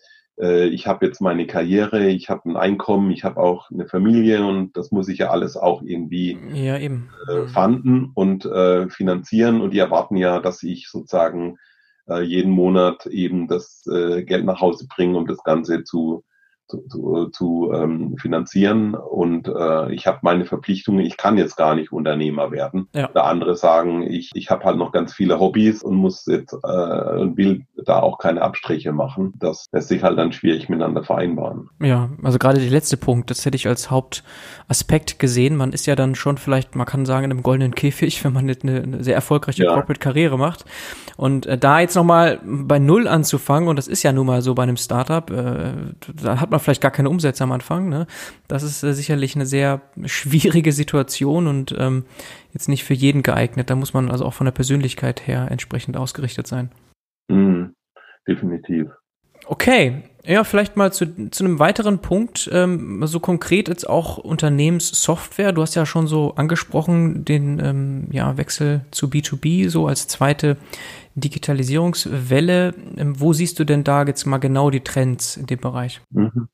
ich habe jetzt meine Karriere, ich habe ein Einkommen, ich habe auch eine Familie und das muss ich ja alles auch irgendwie ja, eben. Äh, fanden und äh, finanzieren und die erwarten ja, dass ich sozusagen äh, jeden Monat eben das äh, Geld nach Hause bringe, um das Ganze zu zu, zu, zu ähm, finanzieren und äh, ich habe meine Verpflichtungen, ich kann jetzt gar nicht Unternehmer werden. Ja. Oder andere sagen, ich, ich habe halt noch ganz viele Hobbys und muss jetzt äh, und will da auch keine Abstriche machen. Das lässt sich halt dann schwierig miteinander vereinbaren. Ja, also gerade der letzte Punkt, das hätte ich als Hauptaspekt gesehen. Man ist ja dann schon vielleicht, man kann sagen, in einem goldenen Käfig, wenn man eine, eine sehr erfolgreiche ja. Corporate-Karriere macht. Und äh, da jetzt nochmal bei Null anzufangen, und das ist ja nun mal so bei einem Startup, äh, da hat man vielleicht gar keine Umsätze am Anfang, ne? Das ist äh, sicherlich eine sehr schwierige Situation und ähm, jetzt nicht für jeden geeignet. Da muss man also auch von der Persönlichkeit her entsprechend ausgerichtet sein. Mhm, definitiv. Okay, ja, vielleicht mal zu, zu einem weiteren Punkt, ähm, so konkret jetzt auch Unternehmenssoftware. Du hast ja schon so angesprochen, den ähm, ja, Wechsel zu B zwei B, so als zweite Digitalisierungswelle. Ähm, wo siehst du denn da jetzt mal genau die Trends in dem Bereich? Mhm.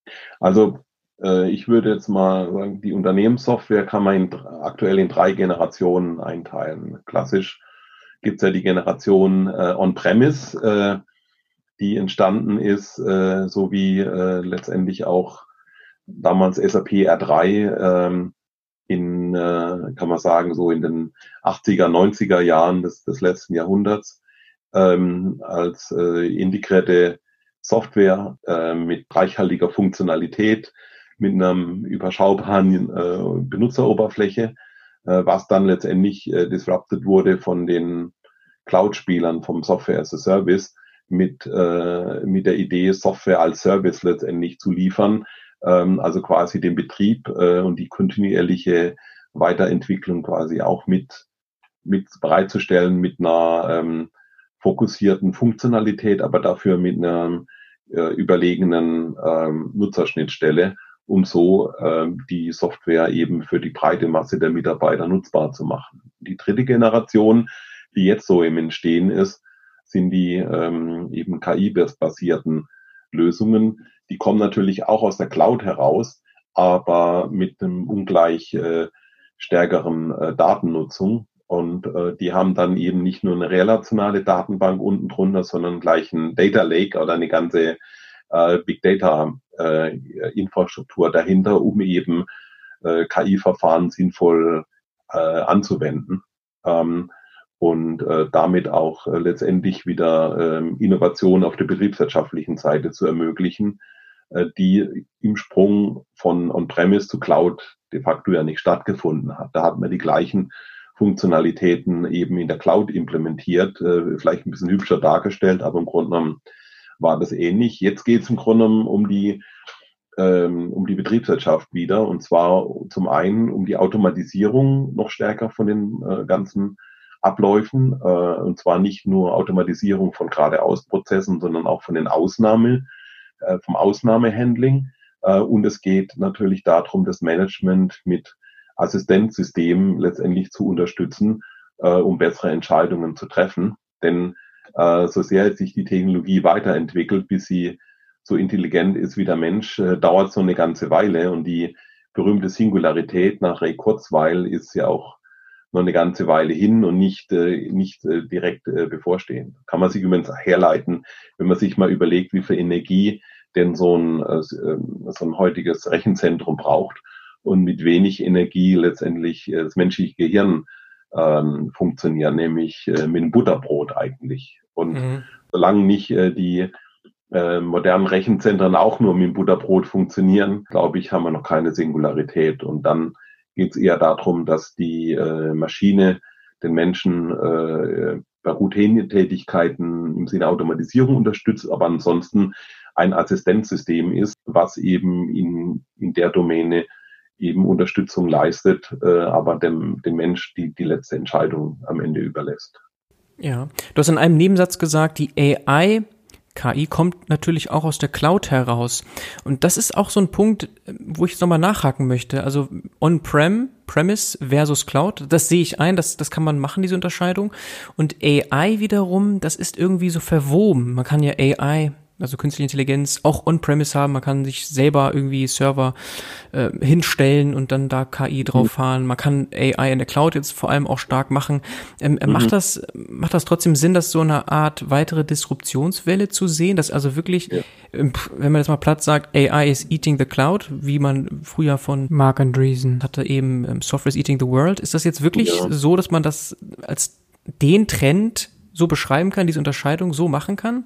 Also äh, ich würde jetzt mal sagen, die Unternehmenssoftware kann man in, aktuell in drei Generationen einteilen. Klassisch gibt es ja die Generation äh, On-Premise, äh, die entstanden ist, äh, so wie äh, letztendlich auch damals S A P R drei ähm, in, äh, kann man sagen, so in den achtziger, neunziger Jahren des, des letzten Jahrhunderts ähm, als äh, integrierte Software äh, mit reichhaltiger Funktionalität, mit einer überschaubaren äh, Benutzeroberfläche, äh, was dann letztendlich äh, disrupted wurde von den Cloud-Spielern vom Software as a Service, mit, äh, mit der Idee, Software als Service letztendlich zu liefern, ähm, also quasi den Betrieb äh, und die kontinuierliche Weiterentwicklung quasi auch mit, mit bereitzustellen mit einer ähm, fokussierten Funktionalität, aber dafür mit einer äh, überlegenen ähm, Nutzerschnittstelle, um so ähm, die Software eben für die breite Masse der Mitarbeiter nutzbar zu machen. Die dritte Generation die jetzt so im Entstehen ist, sind die ähm, eben K I-basierten Lösungen. Die kommen natürlich auch aus der Cloud heraus, aber mit einem ungleich äh, stärkeren äh, Datennutzung. Und äh, die haben dann eben nicht nur eine relationale Datenbank unten drunter, sondern gleich ein Data Lake oder eine ganze äh, Big Data äh, Infrastruktur dahinter, um eben äh, K I-Verfahren sinnvoll äh, anzuwenden. Ähm, und äh, damit auch äh, letztendlich wieder äh, Innovation auf der betriebswirtschaftlichen Seite zu ermöglichen, äh, die im Sprung von On-Premise zu Cloud de facto ja nicht stattgefunden hat. Da hat man die gleichen Funktionalitäten eben in der Cloud implementiert, äh, vielleicht ein bisschen hübscher dargestellt, aber im Grunde genommen war das ähnlich. Jetzt geht es im Grunde genommen um die ähm, um die Betriebswirtschaft wieder, und zwar zum einen um die Automatisierung noch stärker von den äh, ganzen Abläufen, äh, und zwar nicht nur Automatisierung von geradeaus-Prozessen, sondern auch von den Ausnahme, äh, vom Ausnahmehandling. Äh, und es geht natürlich darum, das Management mit Assistenzsystemen letztendlich zu unterstützen, äh, um bessere Entscheidungen zu treffen. Denn äh, so sehr sich die Technologie weiterentwickelt, bis sie so intelligent ist wie der Mensch, äh, dauert so eine ganze Weile. Und die berühmte Singularität nach Ray Kurzweil ist ja auch noch eine ganze Weile hin und nicht, äh, nicht äh, direkt äh, bevorstehend. Kann man sich übrigens herleiten, wenn man sich mal überlegt, wie viel Energie denn so ein, äh, so ein heutiges Rechenzentrum braucht und mit wenig Energie letztendlich äh, das menschliche Gehirn ähm, funktioniert, nämlich äh, mit einem Butterbrot eigentlich. Und mhm. solange nicht äh, die äh, modernen Rechenzentren auch nur mit dem Butterbrot funktionieren, glaube ich, haben wir noch keine Singularität. Und dann geht es eher darum, dass die äh, Maschine den Menschen äh, bei Routine-Tätigkeiten im Sinne Automatisierung unterstützt, aber ansonsten ein Assistenzsystem ist, was eben in, in der Domäne eben Unterstützung leistet, äh, aber dem, dem Mensch die, die letzte Entscheidung am Ende überlässt. Ja, du hast in einem Nebensatz gesagt, die A I K I kommt natürlich auch aus der Cloud heraus. Und das ist auch so ein Punkt, wo ich jetzt nochmal nachhaken möchte. Also On-Prem, Premise versus Cloud, das sehe ich ein, das, das kann man machen, diese Unterscheidung. Und A I wiederum, das ist irgendwie so verwoben. Man kann ja A I, also künstliche Intelligenz, auch On-Premise haben. Man kann sich selber irgendwie Server äh, hinstellen und dann da K I drauf fahren. Man kann A I in der Cloud jetzt vor allem auch stark machen. Ähm, mhm. Macht das, macht das trotzdem Sinn, das so eine Art weitere Disruptionswelle zu sehen, dass also wirklich, ja. ähm, wenn man das mal platt sagt, A I is eating the cloud, wie man früher von Mark Andreessen hatte eben, ähm, Software is eating the world. Ist das jetzt wirklich ja. so, dass man das als den Trend so beschreiben kann, diese Unterscheidung so machen kann?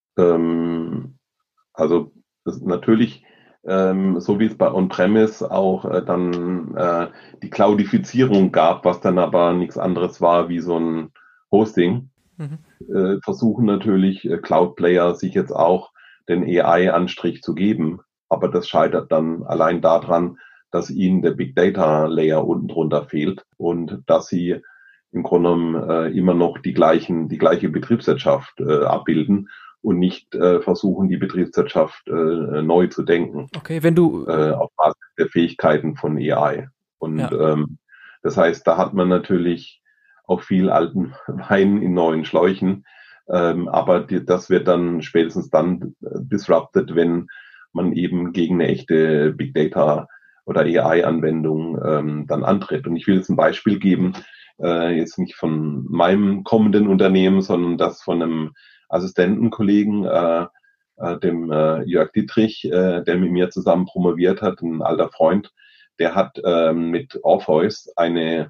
Ähm, also das natürlich, ähm, so wie es bei On-Premise auch äh, dann äh, die Cloudifizierung gab, was dann aber nichts anderes war wie so ein Hosting, mhm. äh, versuchen natürlich äh, Cloud-Player sich jetzt auch den A I-Anstrich zu geben. Aber das scheitert dann allein daran, dass ihnen der Big Data-Layer unten drunter fehlt und dass sie im Grunde genommen äh, immer noch die gleichen, die gleiche Betriebswirtschaft äh, abbilden und nicht äh, versuchen, die Betriebswirtschaft äh, neu zu denken. Okay, wenn du äh, auf Basis der Fähigkeiten von A I. Und ja. ähm, das heißt, da hat man natürlich auch viel alten Wein in neuen Schläuchen. Ähm, aber die, das wird dann spätestens dann äh, disrupted, wenn man eben gegen eine echte Big Data oder A I-Anwendung ähm, dann antritt. Und ich will jetzt ein Beispiel geben, äh, jetzt nicht von meinem kommenden Unternehmen, sondern das von einem Assistentenkollegen, äh, äh, dem äh, Jörg Dittrich, äh, der mit mir zusammen promoviert hat, ein alter Freund, der hat äh, mit Orpheus eine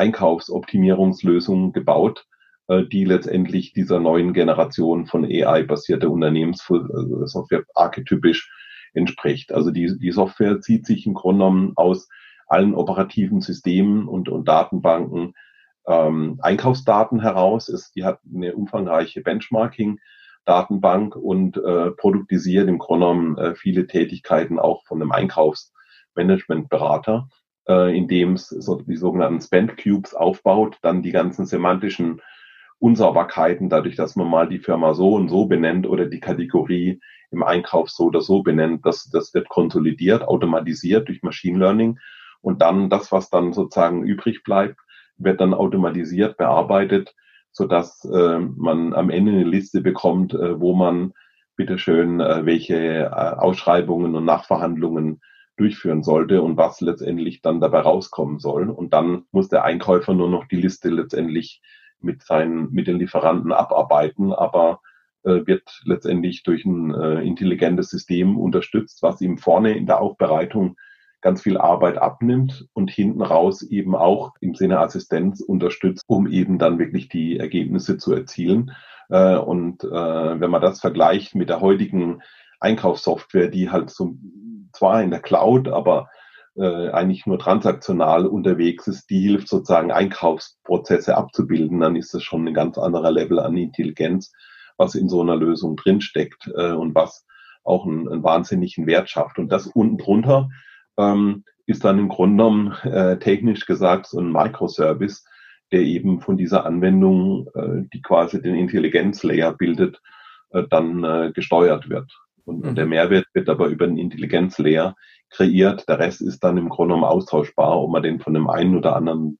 Einkaufsoptimierungslösung gebaut, äh, die letztendlich dieser neuen Generation von A I-basierter Unternehmenssoftware archetypisch entspricht. Also die, die Software zieht sich im Grunde genommen aus allen operativen Systemen und, und Datenbanken ähm, Einkaufsdaten heraus. Ist, die hat eine umfangreiche Benchmarking-Datenbank und äh, produktisiert im Grunde genommen äh, viele Tätigkeiten auch von einem Einkaufsmanagementberater, äh, indem es so die sogenannten Spend Cubes aufbaut, dann die ganzen semantischen Unsauberkeiten, dadurch, dass man mal die Firma so und so benennt oder die Kategorie im Einkauf so oder so benennt, das, das wird konsolidiert, automatisiert durch Machine Learning und dann das, was dann sozusagen übrig bleibt, wird dann automatisiert bearbeitet sodass äh, man am Ende eine Liste bekommt, äh, wo man bitteschön äh, welche äh, Ausschreibungen und Nachverhandlungen durchführen sollte und was letztendlich dann dabei rauskommen soll. Und dann muss der Einkäufer nur noch die Liste letztendlich mit seinen, mit den Lieferanten abarbeiten, aber äh, wird letztendlich durch ein äh, intelligentes System unterstützt, was ihm vorne in der Aufbereitung ganz viel Arbeit abnimmt und hinten raus eben auch im Sinne Assistenz unterstützt, um eben dann wirklich die Ergebnisse zu erzielen. Äh, und äh, wenn man das vergleicht mit der heutigen Einkaufssoftware, die halt so zwar in der Cloud, aber äh, eigentlich nur transaktional unterwegs ist, die hilft sozusagen Einkaufsprozesse abzubilden, dann ist das schon ein ganz anderer Level an Intelligenz, was in so einer Lösung drinsteckt äh, und was auch einen, einen wahnsinnigen Wert schafft. Und das unten drunter ähm, ist dann im Grunde genommen äh, technisch gesagt so ein Microservice, der eben von dieser Anwendung, äh, die quasi den Intelligenzlayer bildet, äh, dann äh, gesteuert wird. Und, mhm. und der Mehrwert wird aber über den Intelligenzlayer kreiert. Der Rest ist dann im Grunde genommen austauschbar. Ob man den von dem einen oder anderen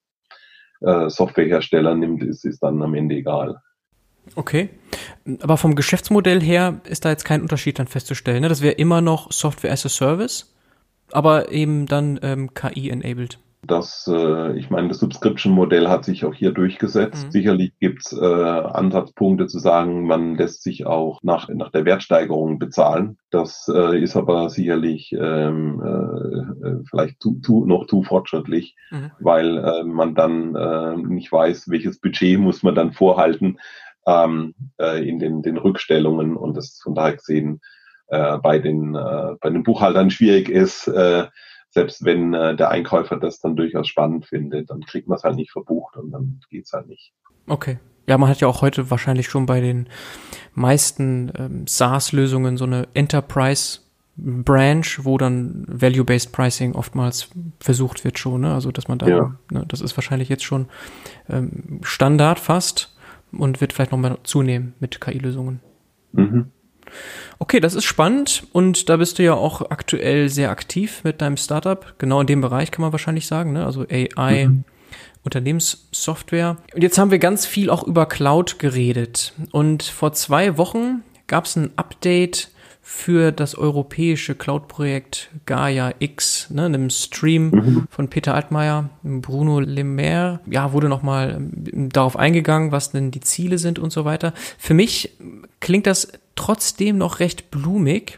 äh, Softwarehersteller nimmt, ist, ist dann am Ende egal. Okay, aber vom Geschäftsmodell her ist da jetzt kein Unterschied dann festzustellen, ne? Das wäre immer noch Software as a Service, aber eben dann ähm, K I-enabled. Das, äh, ich meine, das Subscription-Modell hat sich auch hier durchgesetzt. Mhm. Sicherlich gibt's äh, Ansatzpunkte zu sagen, man lässt sich auch nach, nach der Wertsteigerung bezahlen. Das äh, ist aber sicherlich ähm, äh, vielleicht zu, zu, noch zu fortschrittlich, mhm. weil äh, man dann äh, nicht weiß, welches Budget muss man dann vorhalten ähm, äh, in den, den Rückstellungen und das von daher gesehen äh, bei den äh, bei den Buchhaltern schwierig ist, äh, selbst wenn äh, der Einkäufer das dann durchaus spannend findet, dann kriegt man es halt nicht verbucht und dann geht's halt nicht. Okay. Ja, man hat ja auch heute wahrscheinlich schon bei den meisten ähm, SaaS-Lösungen so eine Enterprise-Branch, wo dann Value-Based Pricing oftmals versucht wird schon, ne? Also dass man da, ja. ne, das ist wahrscheinlich jetzt schon ähm, Standard fast und wird vielleicht nochmal zunehmen mit K I-Lösungen. Mhm. Okay, das ist spannend und da bist du ja auch aktuell sehr aktiv mit deinem Startup. Genau in dem Bereich kann man wahrscheinlich sagen, ne? Also A I, mhm. Unternehmenssoftware. Und jetzt haben wir ganz viel auch über Cloud geredet. Und vor zwei Wochen gab es ein Update für das europäische Cloud-Projekt Gaia X, ne, einem Stream mhm. von Peter Altmaier, Bruno Le Maire. Ja, wurde nochmal darauf eingegangen, was denn die Ziele sind und so weiter. Für mich klingt das trotzdem noch recht blumig.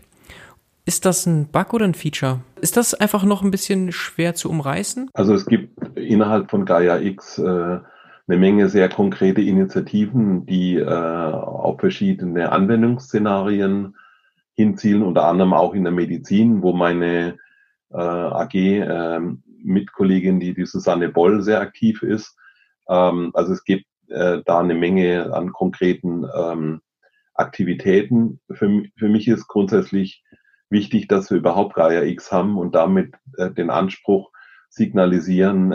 Ist das ein Bug oder ein Feature? Ist das einfach noch ein bisschen schwer zu umreißen? Also es gibt innerhalb von Gaia X äh, eine Menge sehr konkrete Initiativen, die äh, auf verschiedene Anwendungsszenarien hinzielen, unter anderem auch in der Medizin, wo meine äh, A G äh, Mitkollegin, die, die Susanne Boll, sehr aktiv ist. Ähm, also es gibt äh, da eine Menge an konkreten ähm, Aktivitäten. Für, für mich ist grundsätzlich wichtig, dass wir überhaupt Gaia X haben und damit äh, den Anspruch signalisieren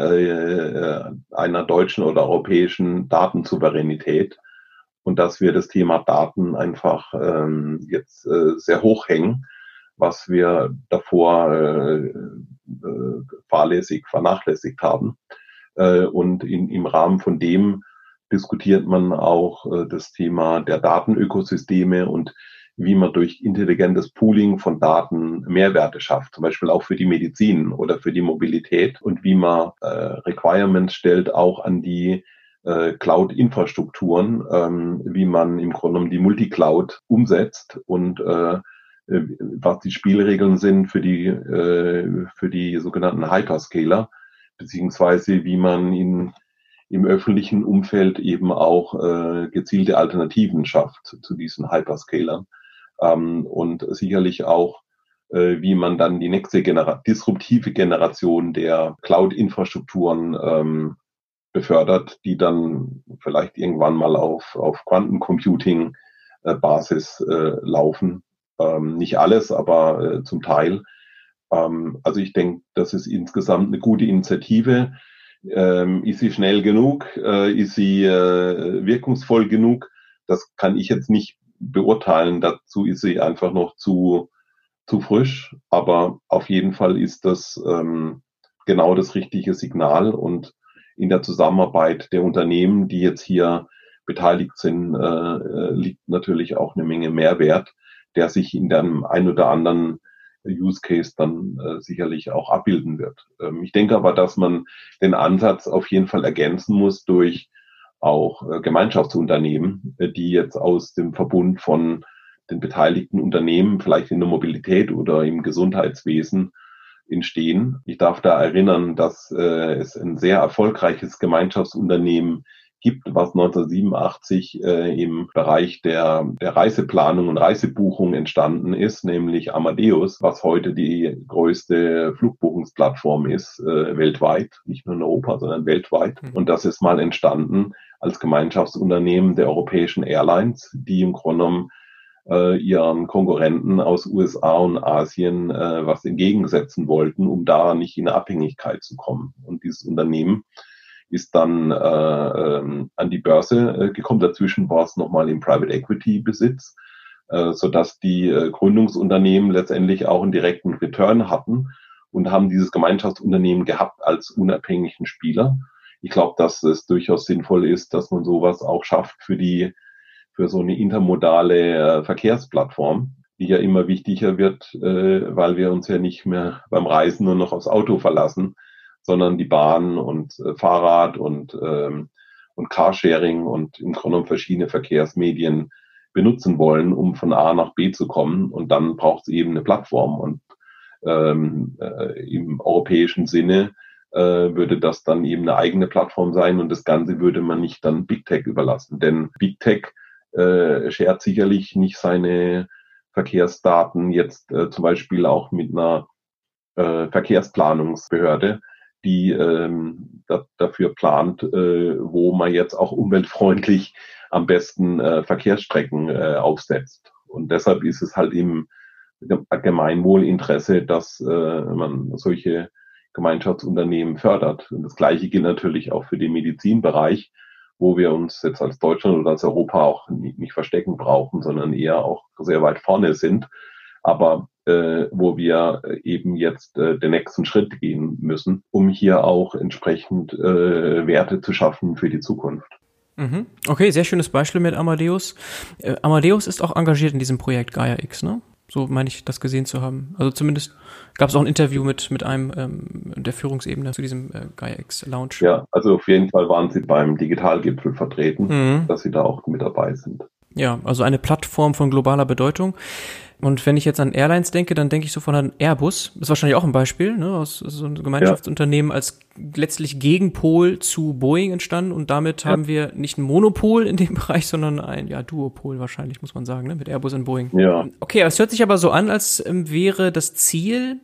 äh, einer deutschen oder europäischen Datensouveränität und dass wir das Thema Daten einfach ähm, jetzt äh, sehr hoch hängen, was wir davor äh, äh, fahrlässig vernachlässigt haben. Äh, und in, im Rahmen von dem diskutiert man auch äh, das Thema der Datenökosysteme und wie man durch intelligentes Pooling von Daten Mehrwerte schafft, zum Beispiel auch für die Medizin oder für die Mobilität und wie man äh, Requirements stellt auch an die äh, Cloud-Infrastrukturen, ähm, wie man im Grunde genommen die Multicloud umsetzt und äh, was die Spielregeln sind für die äh, für die sogenannten Hyperscaler, beziehungsweise wie man in im öffentlichen Umfeld eben auch äh, gezielte Alternativen schafft zu diesen Hyperscalern. Ähm, und sicherlich auch, äh, wie man dann die nächste Genera- disruptive Generation der Cloud-Infrastrukturen ähm, befördert, die dann vielleicht irgendwann mal auf, auf Quantencomputing-Basis äh, laufen. Ähm, nicht alles, aber äh, zum Teil. Ähm, also ich denke, das ist insgesamt eine gute Initiative. Ähm, ist sie schnell genug? Äh, ist sie äh, wirkungsvoll genug? Das kann ich jetzt nicht beurteilen. Dazu ist sie einfach noch zu, zu frisch. Aber auf jeden Fall ist das ähm, genau das richtige Signal. Und in der Zusammenarbeit der Unternehmen, die jetzt hier beteiligt sind, äh, liegt natürlich auch eine Menge Mehrwert, der sich in dem ein oder anderen Use Case dann äh, sicherlich auch abbilden wird. Ähm, ich denke aber, dass man den Ansatz auf jeden Fall ergänzen muss durch auch äh, Gemeinschaftsunternehmen, äh, die jetzt aus dem Verbund von den beteiligten Unternehmen, vielleicht in der Mobilität oder im Gesundheitswesen, entstehen. Ich darf da erinnern, dass äh, es ein sehr erfolgreiches Gemeinschaftsunternehmen gibt, was neunzehnhundertsiebenundachtzig äh, im Bereich der, der Reiseplanung und Reisebuchung entstanden ist, nämlich Amadeus, was heute die größte Flugbuchungsplattform ist, äh, weltweit, nicht nur in Europa, sondern weltweit. Und das ist mal entstanden als Gemeinschaftsunternehmen der europäischen Airlines, die im Grunde genommen äh, ihren Konkurrenten aus U S A und Asien äh, was entgegensetzen wollten, um da nicht in eine Abhängigkeit zu kommen. Und dieses Unternehmen ist dann äh, ähm, an die Börse äh, gekommen. Dazwischen war es nochmal im Private Equity Besitz, äh, sodass die äh, Gründungsunternehmen letztendlich auch einen direkten Return hatten und haben dieses Gemeinschaftsunternehmen gehabt als unabhängigen Spieler. Ich glaube, dass es durchaus sinnvoll ist, dass man sowas auch schafft für die für so eine intermodale äh, Verkehrsplattform, die ja immer wichtiger wird, äh, weil wir uns ja nicht mehr beim Reisen nur noch aufs Auto verlassen, sondern die Bahn und äh, Fahrrad und, ähm, und Carsharing und im Grunde genommen verschiedene Verkehrsmedien benutzen wollen, um von A nach B zu kommen. Und dann braucht es eben eine Plattform. Und ähm, äh, im europäischen Sinne äh, würde das dann eben eine eigene Plattform sein und das Ganze würde man nicht dann Big Tech überlassen. Denn Big Tech äh, schert sicherlich nicht seine Verkehrsdaten jetzt äh, zum Beispiel auch mit einer äh, Verkehrsplanungsbehörde, die ähm, da, dafür plant, äh, wo man jetzt auch umweltfreundlich am besten äh, Verkehrsstrecken äh, aufsetzt. Und deshalb ist es halt im Gemeinwohlinteresse, dass äh, man solche Gemeinschaftsunternehmen fördert. Und das Gleiche gilt natürlich auch für den Medizinbereich, wo wir uns jetzt als Deutschland oder als Europa auch nicht, nicht verstecken brauchen, sondern eher auch sehr weit vorne sind. Aber äh, wo wir eben jetzt äh, den nächsten Schritt gehen müssen, um hier auch entsprechend äh, Werte zu schaffen für die Zukunft. Mhm. Okay, sehr schönes Beispiel mit Amadeus. Äh, Amadeus ist auch engagiert in diesem Projekt Gaia X, ne? So meine ich, das gesehen zu haben. Also zumindest gab es auch ein Interview mit mit einem ähm, der Führungsebene zu diesem äh, Gaia X Lounge. Ja, also auf jeden Fall waren sie beim Digitalgipfel vertreten, mhm. dass sie da auch mit dabei sind. Ja, also eine Plattform von globaler Bedeutung. Und wenn ich jetzt an Airlines denke, dann denke ich so von an Airbus. Das ist wahrscheinlich auch ein Beispiel, ne, aus so einem Gemeinschaftsunternehmen ja. als letztlich Gegenpol zu Boeing entstanden. Und damit ja. haben wir nicht ein Monopol in dem Bereich, sondern ein ja, Duopol wahrscheinlich, muss man sagen, ne, mit Airbus und Boeing. Ja. Okay, es hört sich aber so an, als ähm, wäre das Ziel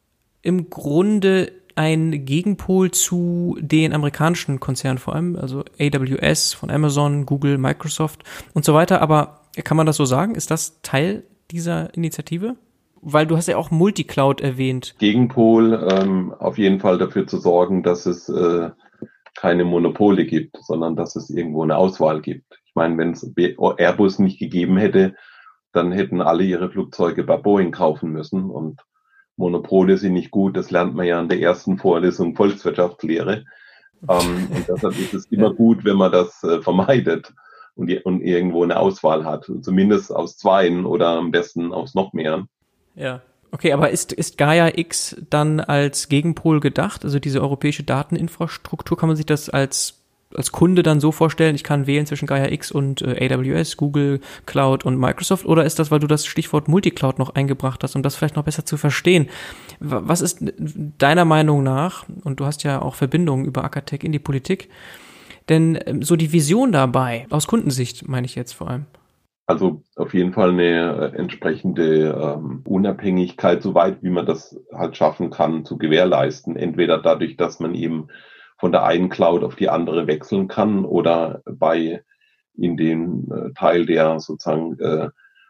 im Grunde ein Gegenpol zu den amerikanischen Konzernen vor allem, also A W S von Amazon, Google, Microsoft und so weiter. Aber kann man das so sagen? Ist das Teil dieser Initiative? Weil du hast ja auch Multicloud erwähnt. Gegenpol, ähm, auf jeden Fall dafür zu sorgen, dass es äh, keine Monopole gibt, sondern dass es irgendwo eine Auswahl gibt. Ich meine, wenn es Airbus nicht gegeben hätte, dann hätten alle ihre Flugzeuge bei Boeing kaufen müssen und Monopole sind nicht gut, das lernt man ja in der ersten Vorlesung Volkswirtschaftslehre. Ähm, und deshalb ist es immer gut, wenn man das äh, vermeidet und, und irgendwo eine Auswahl hat. Zumindest aus zweien oder am besten aus noch mehr. Ja. Okay, aber ist, ist Gaia X dann als Gegenpol gedacht? Also diese europäische Dateninfrastruktur, kann man sich das als als Kunde dann so vorstellen, ich kann wählen zwischen Gaia X und äh, A W S, Google Cloud und Microsoft, oder ist das, weil du das Stichwort Multicloud noch eingebracht hast, um das vielleicht noch besser zu verstehen? Was ist deiner Meinung nach, und du hast ja auch Verbindungen über Acatech in die Politik, denn ähm, so die Vision dabei, aus Kundensicht meine ich jetzt vor allem? Also auf jeden Fall eine äh, entsprechende ähm, Unabhängigkeit, so weit wie man das halt schaffen kann, zu gewährleisten. Entweder dadurch, dass man eben von der einen Cloud auf die andere wechseln kann oder bei in dem äh, Teil der sozusagen äh,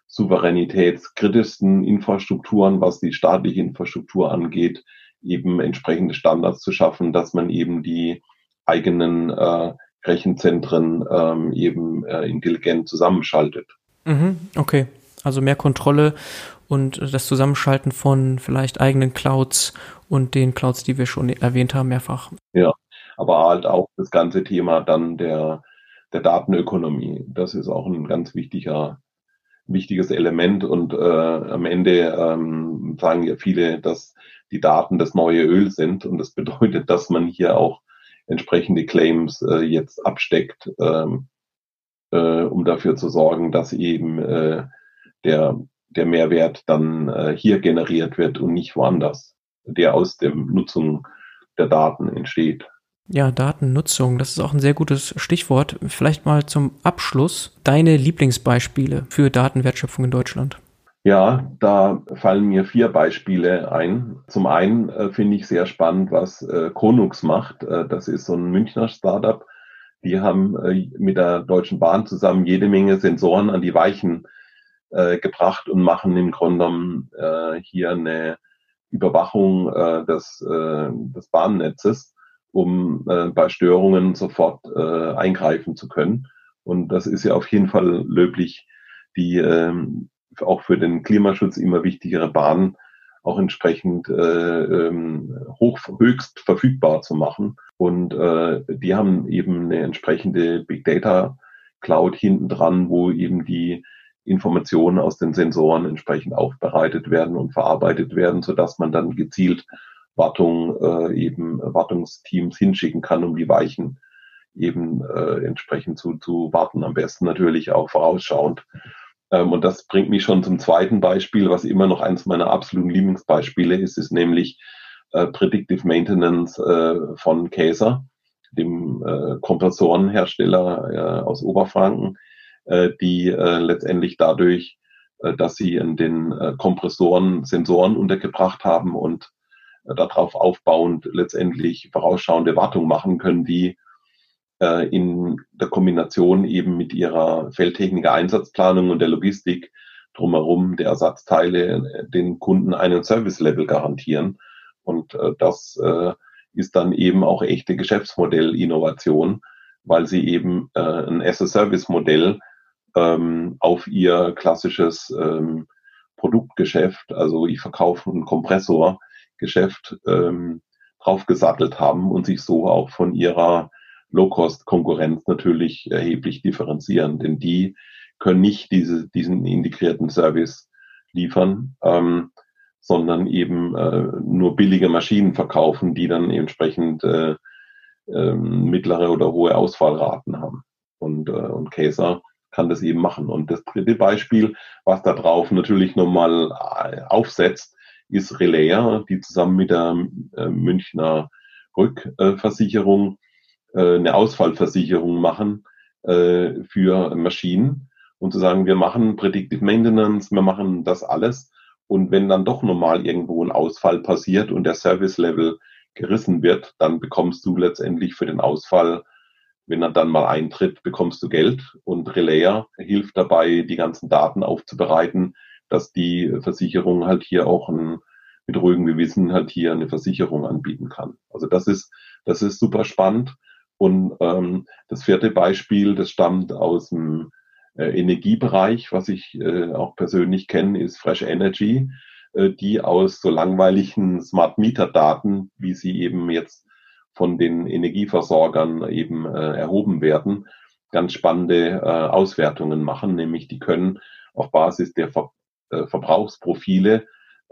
souveränitätskritischsten Infrastrukturen, was die staatliche Infrastruktur angeht, eben entsprechende Standards zu schaffen, dass man eben die eigenen äh, Rechenzentren ähm, eben äh, intelligent zusammenschaltet. Mhm, okay, also mehr Kontrolle und das Zusammenschalten von vielleicht eigenen Clouds und den Clouds, die wir schon erwähnt haben, mehrfach. Ja. Aber halt auch das ganze Thema dann der der Datenökonomie. Das ist auch ein ganz wichtiger, wichtiges Element und äh, am Ende ähm, sagen ja viele, dass die Daten das neue Öl sind und das bedeutet, dass man hier auch entsprechende Claims äh, jetzt absteckt, ähm, äh, um dafür zu sorgen, dass eben äh, der, der Mehrwert dann äh, hier generiert wird und nicht woanders, der aus der Nutzung der Daten entsteht. Ja, Datennutzung, das ist auch ein sehr gutes Stichwort. Vielleicht mal zum Abschluss deine Lieblingsbeispiele für Datenwertschöpfung in Deutschland. Ja, da fallen mir vier Beispiele ein. Zum einen äh, finde ich sehr spannend, was äh, Konux macht. Äh, das ist so ein Münchner Startup. Die haben äh, mit der Deutschen Bahn zusammen jede Menge Sensoren an die Weichen äh, gebracht und machen im Grunde genommen äh, hier eine Überwachung äh, des, äh, des Bahnnetzes, um äh, bei Störungen sofort äh, eingreifen zu können. Und das ist ja auf jeden Fall löblich, die ähm, auch für den Klimaschutz immer wichtigere Bahn auch entsprechend äh, ähm, hoch, höchst verfügbar zu machen. Und äh, die haben eben eine entsprechende Big Data Cloud hinten dran, wo eben die Informationen aus den Sensoren entsprechend aufbereitet werden und verarbeitet werden, sodass man dann gezielt Wartung, äh, eben Wartungsteams hinschicken kann, um die Weichen eben äh, entsprechend zu, zu warten. Am besten natürlich auch vorausschauend. Ähm, und das bringt mich schon zum zweiten Beispiel, was immer noch eines meiner absoluten Lieblingsbeispiele ist, ist nämlich äh, Predictive Maintenance äh, von Kaeser, dem äh, Kompressorenhersteller äh, aus Oberfranken, äh, die äh, letztendlich dadurch, äh, dass sie in den äh, Kompressoren Sensoren untergebracht haben und äh, darauf aufbauend letztendlich vorausschauende Wartung machen können, die äh, in der Kombination eben mit ihrer Feldtechniker Einsatzplanung und der Logistik drumherum der Ersatzteile den Kunden einen Service-Level garantieren. Und äh, das äh, ist dann eben auch echte Geschäftsmodellinnovation, weil sie eben äh, ein As-a-Service-Modell ähm, auf ihr klassisches ähm, Produktgeschäft, also ich verkaufe einen Kompressorgeschäft, ähm, draufgesattelt haben und sich so auch von ihrer Low-Cost-Konkurrenz natürlich erheblich differenzieren, denn die können nicht diese, diesen integrierten Service liefern, ähm, sondern eben äh, nur billige Maschinen verkaufen, die dann entsprechend äh, äh, mittlere oder hohe Ausfallraten haben. Und, äh, und Kaeser kann das eben machen. Und das dritte Beispiel, was da drauf natürlich nochmal aufsetzt, ist Relayer, die zusammen mit der äh, Münchner Rückversicherung äh, eine Ausfallversicherung machen äh, für Maschinen und zu sagen, wir machen Predictive Maintenance, wir machen das alles. Und wenn dann doch nochmal irgendwo ein Ausfall passiert und der Service-Level gerissen wird, dann bekommst du letztendlich für den Ausfall, wenn er dann mal eintritt, bekommst du Geld. Und Relayer hilft dabei, die ganzen Daten aufzubereiten, dass die Versicherung halt hier auch ein, mit ruhigem Gewissen halt hier eine Versicherung anbieten kann. Also das ist, das ist super spannend. Und ähm, das vierte Beispiel, das stammt aus dem äh, Energiebereich, was ich äh, auch persönlich kenne, ist Fresh Energy, äh, die aus so langweiligen Smart Meter Daten, wie sie eben jetzt von den Energieversorgern eben äh, erhoben werden, ganz spannende äh, Auswertungen machen, nämlich die können auf Basis der Ver äh, Verbrauchsprofile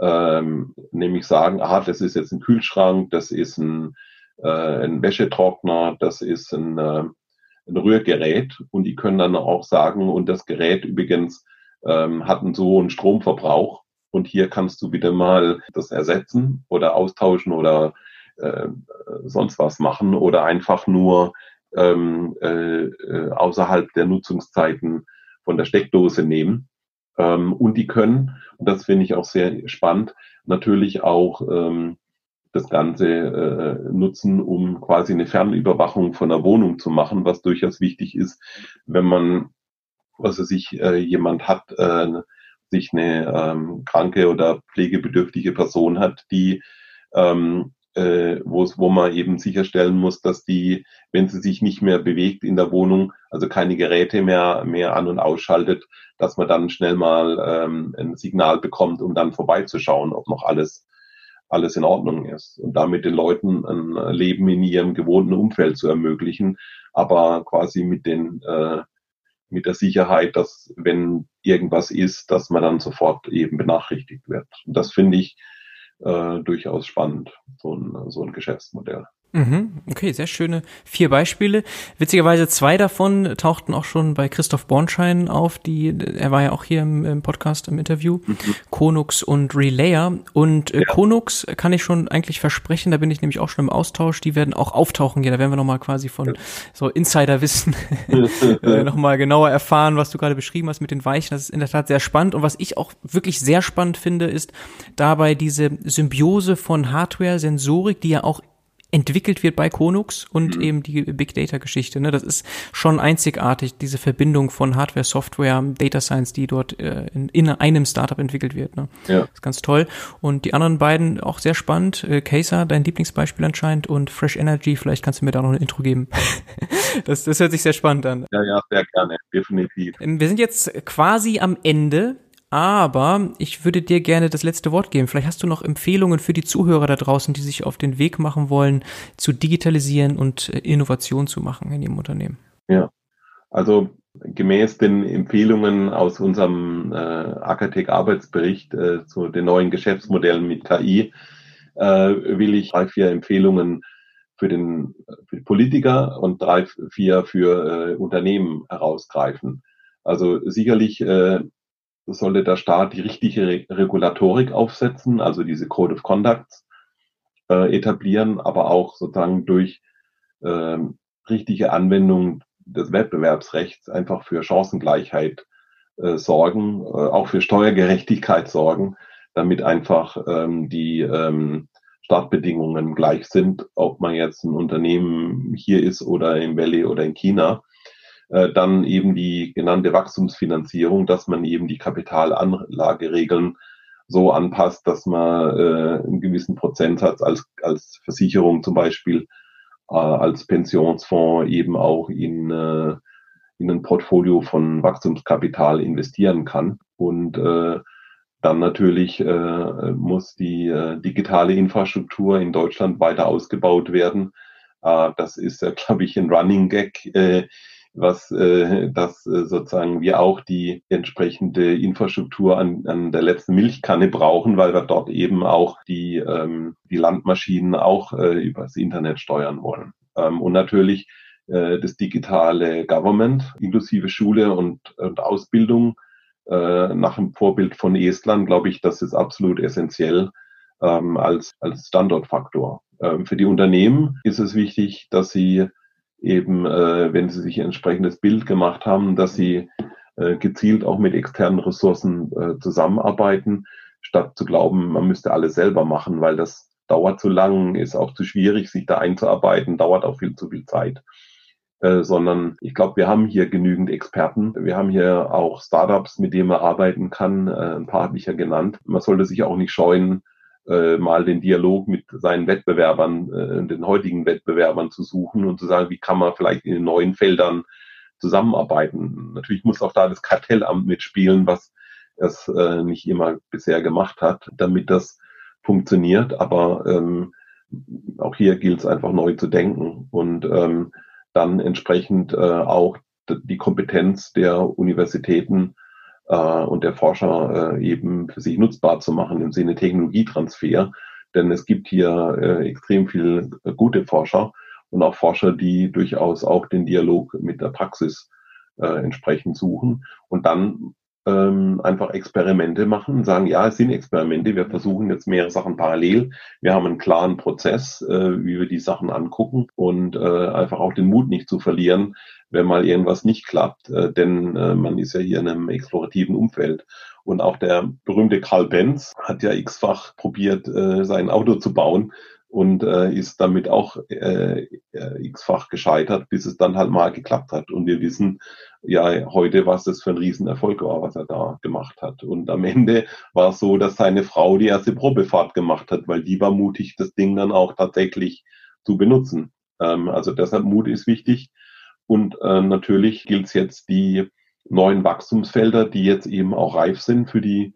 ähm, nämlich sagen, aha, das ist jetzt ein Kühlschrank, das ist ein, äh, ein Wäschetrockner, das ist ein, äh, ein Rührgerät und die können dann auch sagen, und das Gerät übrigens ähm, hat einen so hohen Stromverbrauch und hier kannst du bitte mal das ersetzen oder austauschen oder äh, sonst was machen oder einfach nur ähm, äh, außerhalb der Nutzungszeiten von der Steckdose nehmen. Ähm, und die können, und das finde ich auch sehr spannend, natürlich auch ähm, das Ganze äh, nutzen, um quasi eine Fernüberwachung von der Wohnung zu machen, was durchaus wichtig ist, wenn man, was weiß ich, äh, jemand hat, äh, sich eine ähm, kranke oder pflegebedürftige Person hat, die ähm, äh, wo es, wo man eben sicherstellen muss, dass die, wenn sie sich nicht mehr bewegt in der Wohnung, also keine Geräte mehr mehr an- und ausschaltet, dass man dann schnell mal ähm, ein Signal bekommt, um dann vorbeizuschauen, ob noch alles alles in Ordnung ist und damit den Leuten ein Leben in ihrem gewohnten Umfeld zu ermöglichen, aber quasi mit den äh, mit der Sicherheit, dass wenn irgendwas ist, dass man dann sofort eben benachrichtigt wird. Und das finde ich äh, durchaus spannend, so ein, so ein Geschäftsmodell. Mhm, okay, sehr schöne vier Beispiele. Witzigerweise zwei davon tauchten auch schon bei Christoph Bornschein auf, die, er war ja auch hier im, im Podcast, im Interview, mhm. Konux und Relayer. Und äh, ja. Konux kann ich schon eigentlich versprechen, da bin ich nämlich auch schon im Austausch, die werden auch auftauchen hier, da werden wir nochmal quasi von ja. so Insiderwissen äh, nochmal genauer erfahren, was du gerade beschrieben hast mit den Weichen. Das ist in der Tat sehr spannend. Und was ich auch wirklich sehr spannend finde, ist dabei diese Symbiose von Hardware, Sensorik, die ja auch entwickelt wird bei Konux und mhm. eben die Big Data Geschichte, ne, das ist schon einzigartig, diese Verbindung von Hardware, Software, Data Science, die dort äh, in, in einem Startup entwickelt wird, ne. Ja. Das ist ganz toll. Und die anderen beiden auch sehr spannend. Äh, Caser, dein Lieblingsbeispiel anscheinend, und Fresh Energy, vielleicht kannst du mir da noch ein Intro geben. das, das hört sich sehr spannend an. Ja, ja, sehr gerne, definitiv. Wir sind jetzt quasi am Ende. Aber ich würde dir gerne das letzte Wort geben. Vielleicht hast du noch Empfehlungen für die Zuhörer da draußen, die sich auf den Weg machen wollen, zu digitalisieren und Innovation zu machen in ihrem Unternehmen. Ja, also gemäß den Empfehlungen aus unserem äh, Akatech-Arbeitsbericht äh, zu den neuen Geschäftsmodellen mit K I äh, will ich drei, vier Empfehlungen für den für die Politiker und drei, vier für äh, Unternehmen herausgreifen. Also sicherlich äh, sollte der Staat die richtige Re- Regulatorik aufsetzen, also diese Code of Conducts äh, etablieren, aber auch sozusagen durch äh, richtige Anwendung des Wettbewerbsrechts einfach für Chancengleichheit äh, sorgen, äh, auch für Steuergerechtigkeit sorgen, damit einfach ähm, die ähm, Startbedingungen gleich sind, ob man jetzt ein Unternehmen hier ist oder im Valley oder in China. Dann eben die genannte Wachstumsfinanzierung, dass man eben die Kapitalanlageregeln so anpasst, dass man äh, einen gewissen Prozentsatz als, als Versicherung zum Beispiel, äh, als Pensionsfonds eben auch in, äh, in ein Portfolio von Wachstumskapital investieren kann. Und äh, dann natürlich äh, muss die äh, digitale Infrastruktur in Deutschland weiter ausgebaut werden. Äh, das ist, äh, glaube ich, ein Running Gag, äh, was äh, dass äh, sozusagen wir auch die entsprechende Infrastruktur an, an der letzten Milchkanne brauchen, weil wir dort eben auch die ähm, die Landmaschinen auch äh, übers Internet steuern wollen. Ähm, und natürlich äh, das digitale Government inklusive Schule und, und Ausbildung äh, nach dem Vorbild von Estland, glaube ich, das ist absolut essentiell ähm, als als Standortfaktor. Ähm, für die Unternehmen ist es wichtig, dass sie eben, äh, wenn sie sich ein entsprechendes Bild gemacht haben, dass sie äh, gezielt auch mit externen Ressourcen äh, zusammenarbeiten, statt zu glauben, man müsste alles selber machen, weil das dauert zu lang, ist auch zu schwierig, sich da einzuarbeiten, dauert auch viel zu viel Zeit. Äh, sondern ich glaube, wir haben hier genügend Experten. Wir haben hier auch Startups, mit denen man arbeiten kann. Äh, ein paar habe ich ja genannt. Man sollte sich auch nicht scheuen, äh, mal den Dialog mit seinen Wettbewerbern, äh, den heutigen Wettbewerbern zu suchen und zu sagen, wie kann man vielleicht in den neuen Feldern zusammenarbeiten. Natürlich muss auch da das Kartellamt mitspielen, was es äh, nicht immer bisher gemacht hat, damit das funktioniert. Aber ähm, auch hier gilt es einfach neu zu denken und ähm, dann entsprechend äh, auch die Kompetenz der Universitäten äh, und der Forscher äh, eben für sich nutzbar zu machen im Sinne Technologietransfer. Denn es gibt hier äh, extrem viele äh, gute Forscher und auch Forscher, die durchaus auch den Dialog mit der Praxis äh, entsprechend suchen und dann ähm, einfach Experimente machen, sagen, ja, es sind Experimente, wir versuchen jetzt mehrere Sachen parallel, wir haben einen klaren Prozess, äh, wie wir die Sachen angucken und äh, einfach auch den Mut nicht zu verlieren, wenn mal irgendwas nicht klappt, äh, denn äh, man ist ja hier in einem explorativen Umfeld. Und auch der berühmte Karl Benz hat ja x-fach probiert, äh, sein Auto zu bauen und äh, ist damit auch äh, äh, x-fach gescheitert, bis es dann halt mal geklappt hat. Und wir wissen ja heute, was das für ein Riesenerfolg war, was er da gemacht hat. Und am Ende war es so, dass seine Frau die erste Probefahrt gemacht hat, weil die war mutig, das Ding dann auch tatsächlich zu benutzen. Ähm, also deshalb Mut ist wichtig. Und äh, natürlich gilt es jetzt, die neuen Wachstumsfelder, die jetzt eben auch reif sind für die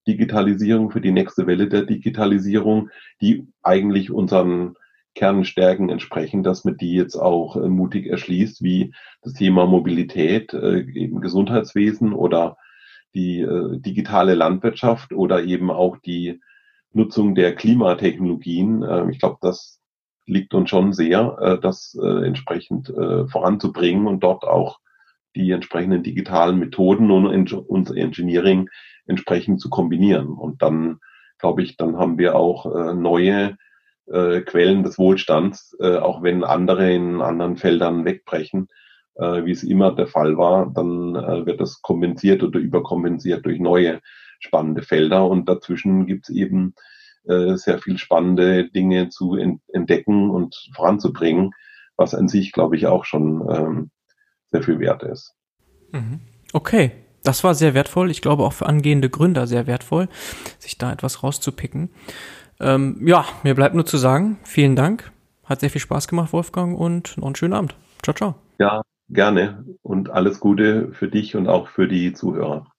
Digitalisierung, für die nächste Welle der Digitalisierung, die eigentlich unseren Kernstärken entsprechen, dass man die jetzt auch äh, mutig erschließt, wie das Thema Mobilität, äh, eben Gesundheitswesen oder die äh, digitale Landwirtschaft oder eben auch die Nutzung der Klimatechnologien. Äh, ich glaube, das liegt uns schon sehr, äh, das äh, entsprechend äh, voranzubringen und dort auch die entsprechenden digitalen Methoden und, und Engineering entsprechend zu kombinieren. Und dann, glaube ich, dann haben wir auch äh, neue äh, Quellen des Wohlstands, äh, auch wenn andere in anderen Feldern wegbrechen, äh, wie es immer der Fall war, dann äh, wird das kompensiert oder überkompensiert durch neue spannende Felder. Und dazwischen gibt es eben äh, sehr viel spannende Dinge zu ent entdecken und voranzubringen, was an sich, glaube ich, auch schon ähm, sehr viel wert ist. Okay, das war sehr wertvoll. Ich glaube auch für angehende Gründer sehr wertvoll, sich da etwas rauszupicken. Ähm, ja, mir bleibt nur zu sagen, vielen Dank. Hat sehr viel Spaß gemacht, Wolfgang, und noch einen schönen Abend. Ciao, ciao. Ja, gerne und alles Gute für dich und auch für die Zuhörer.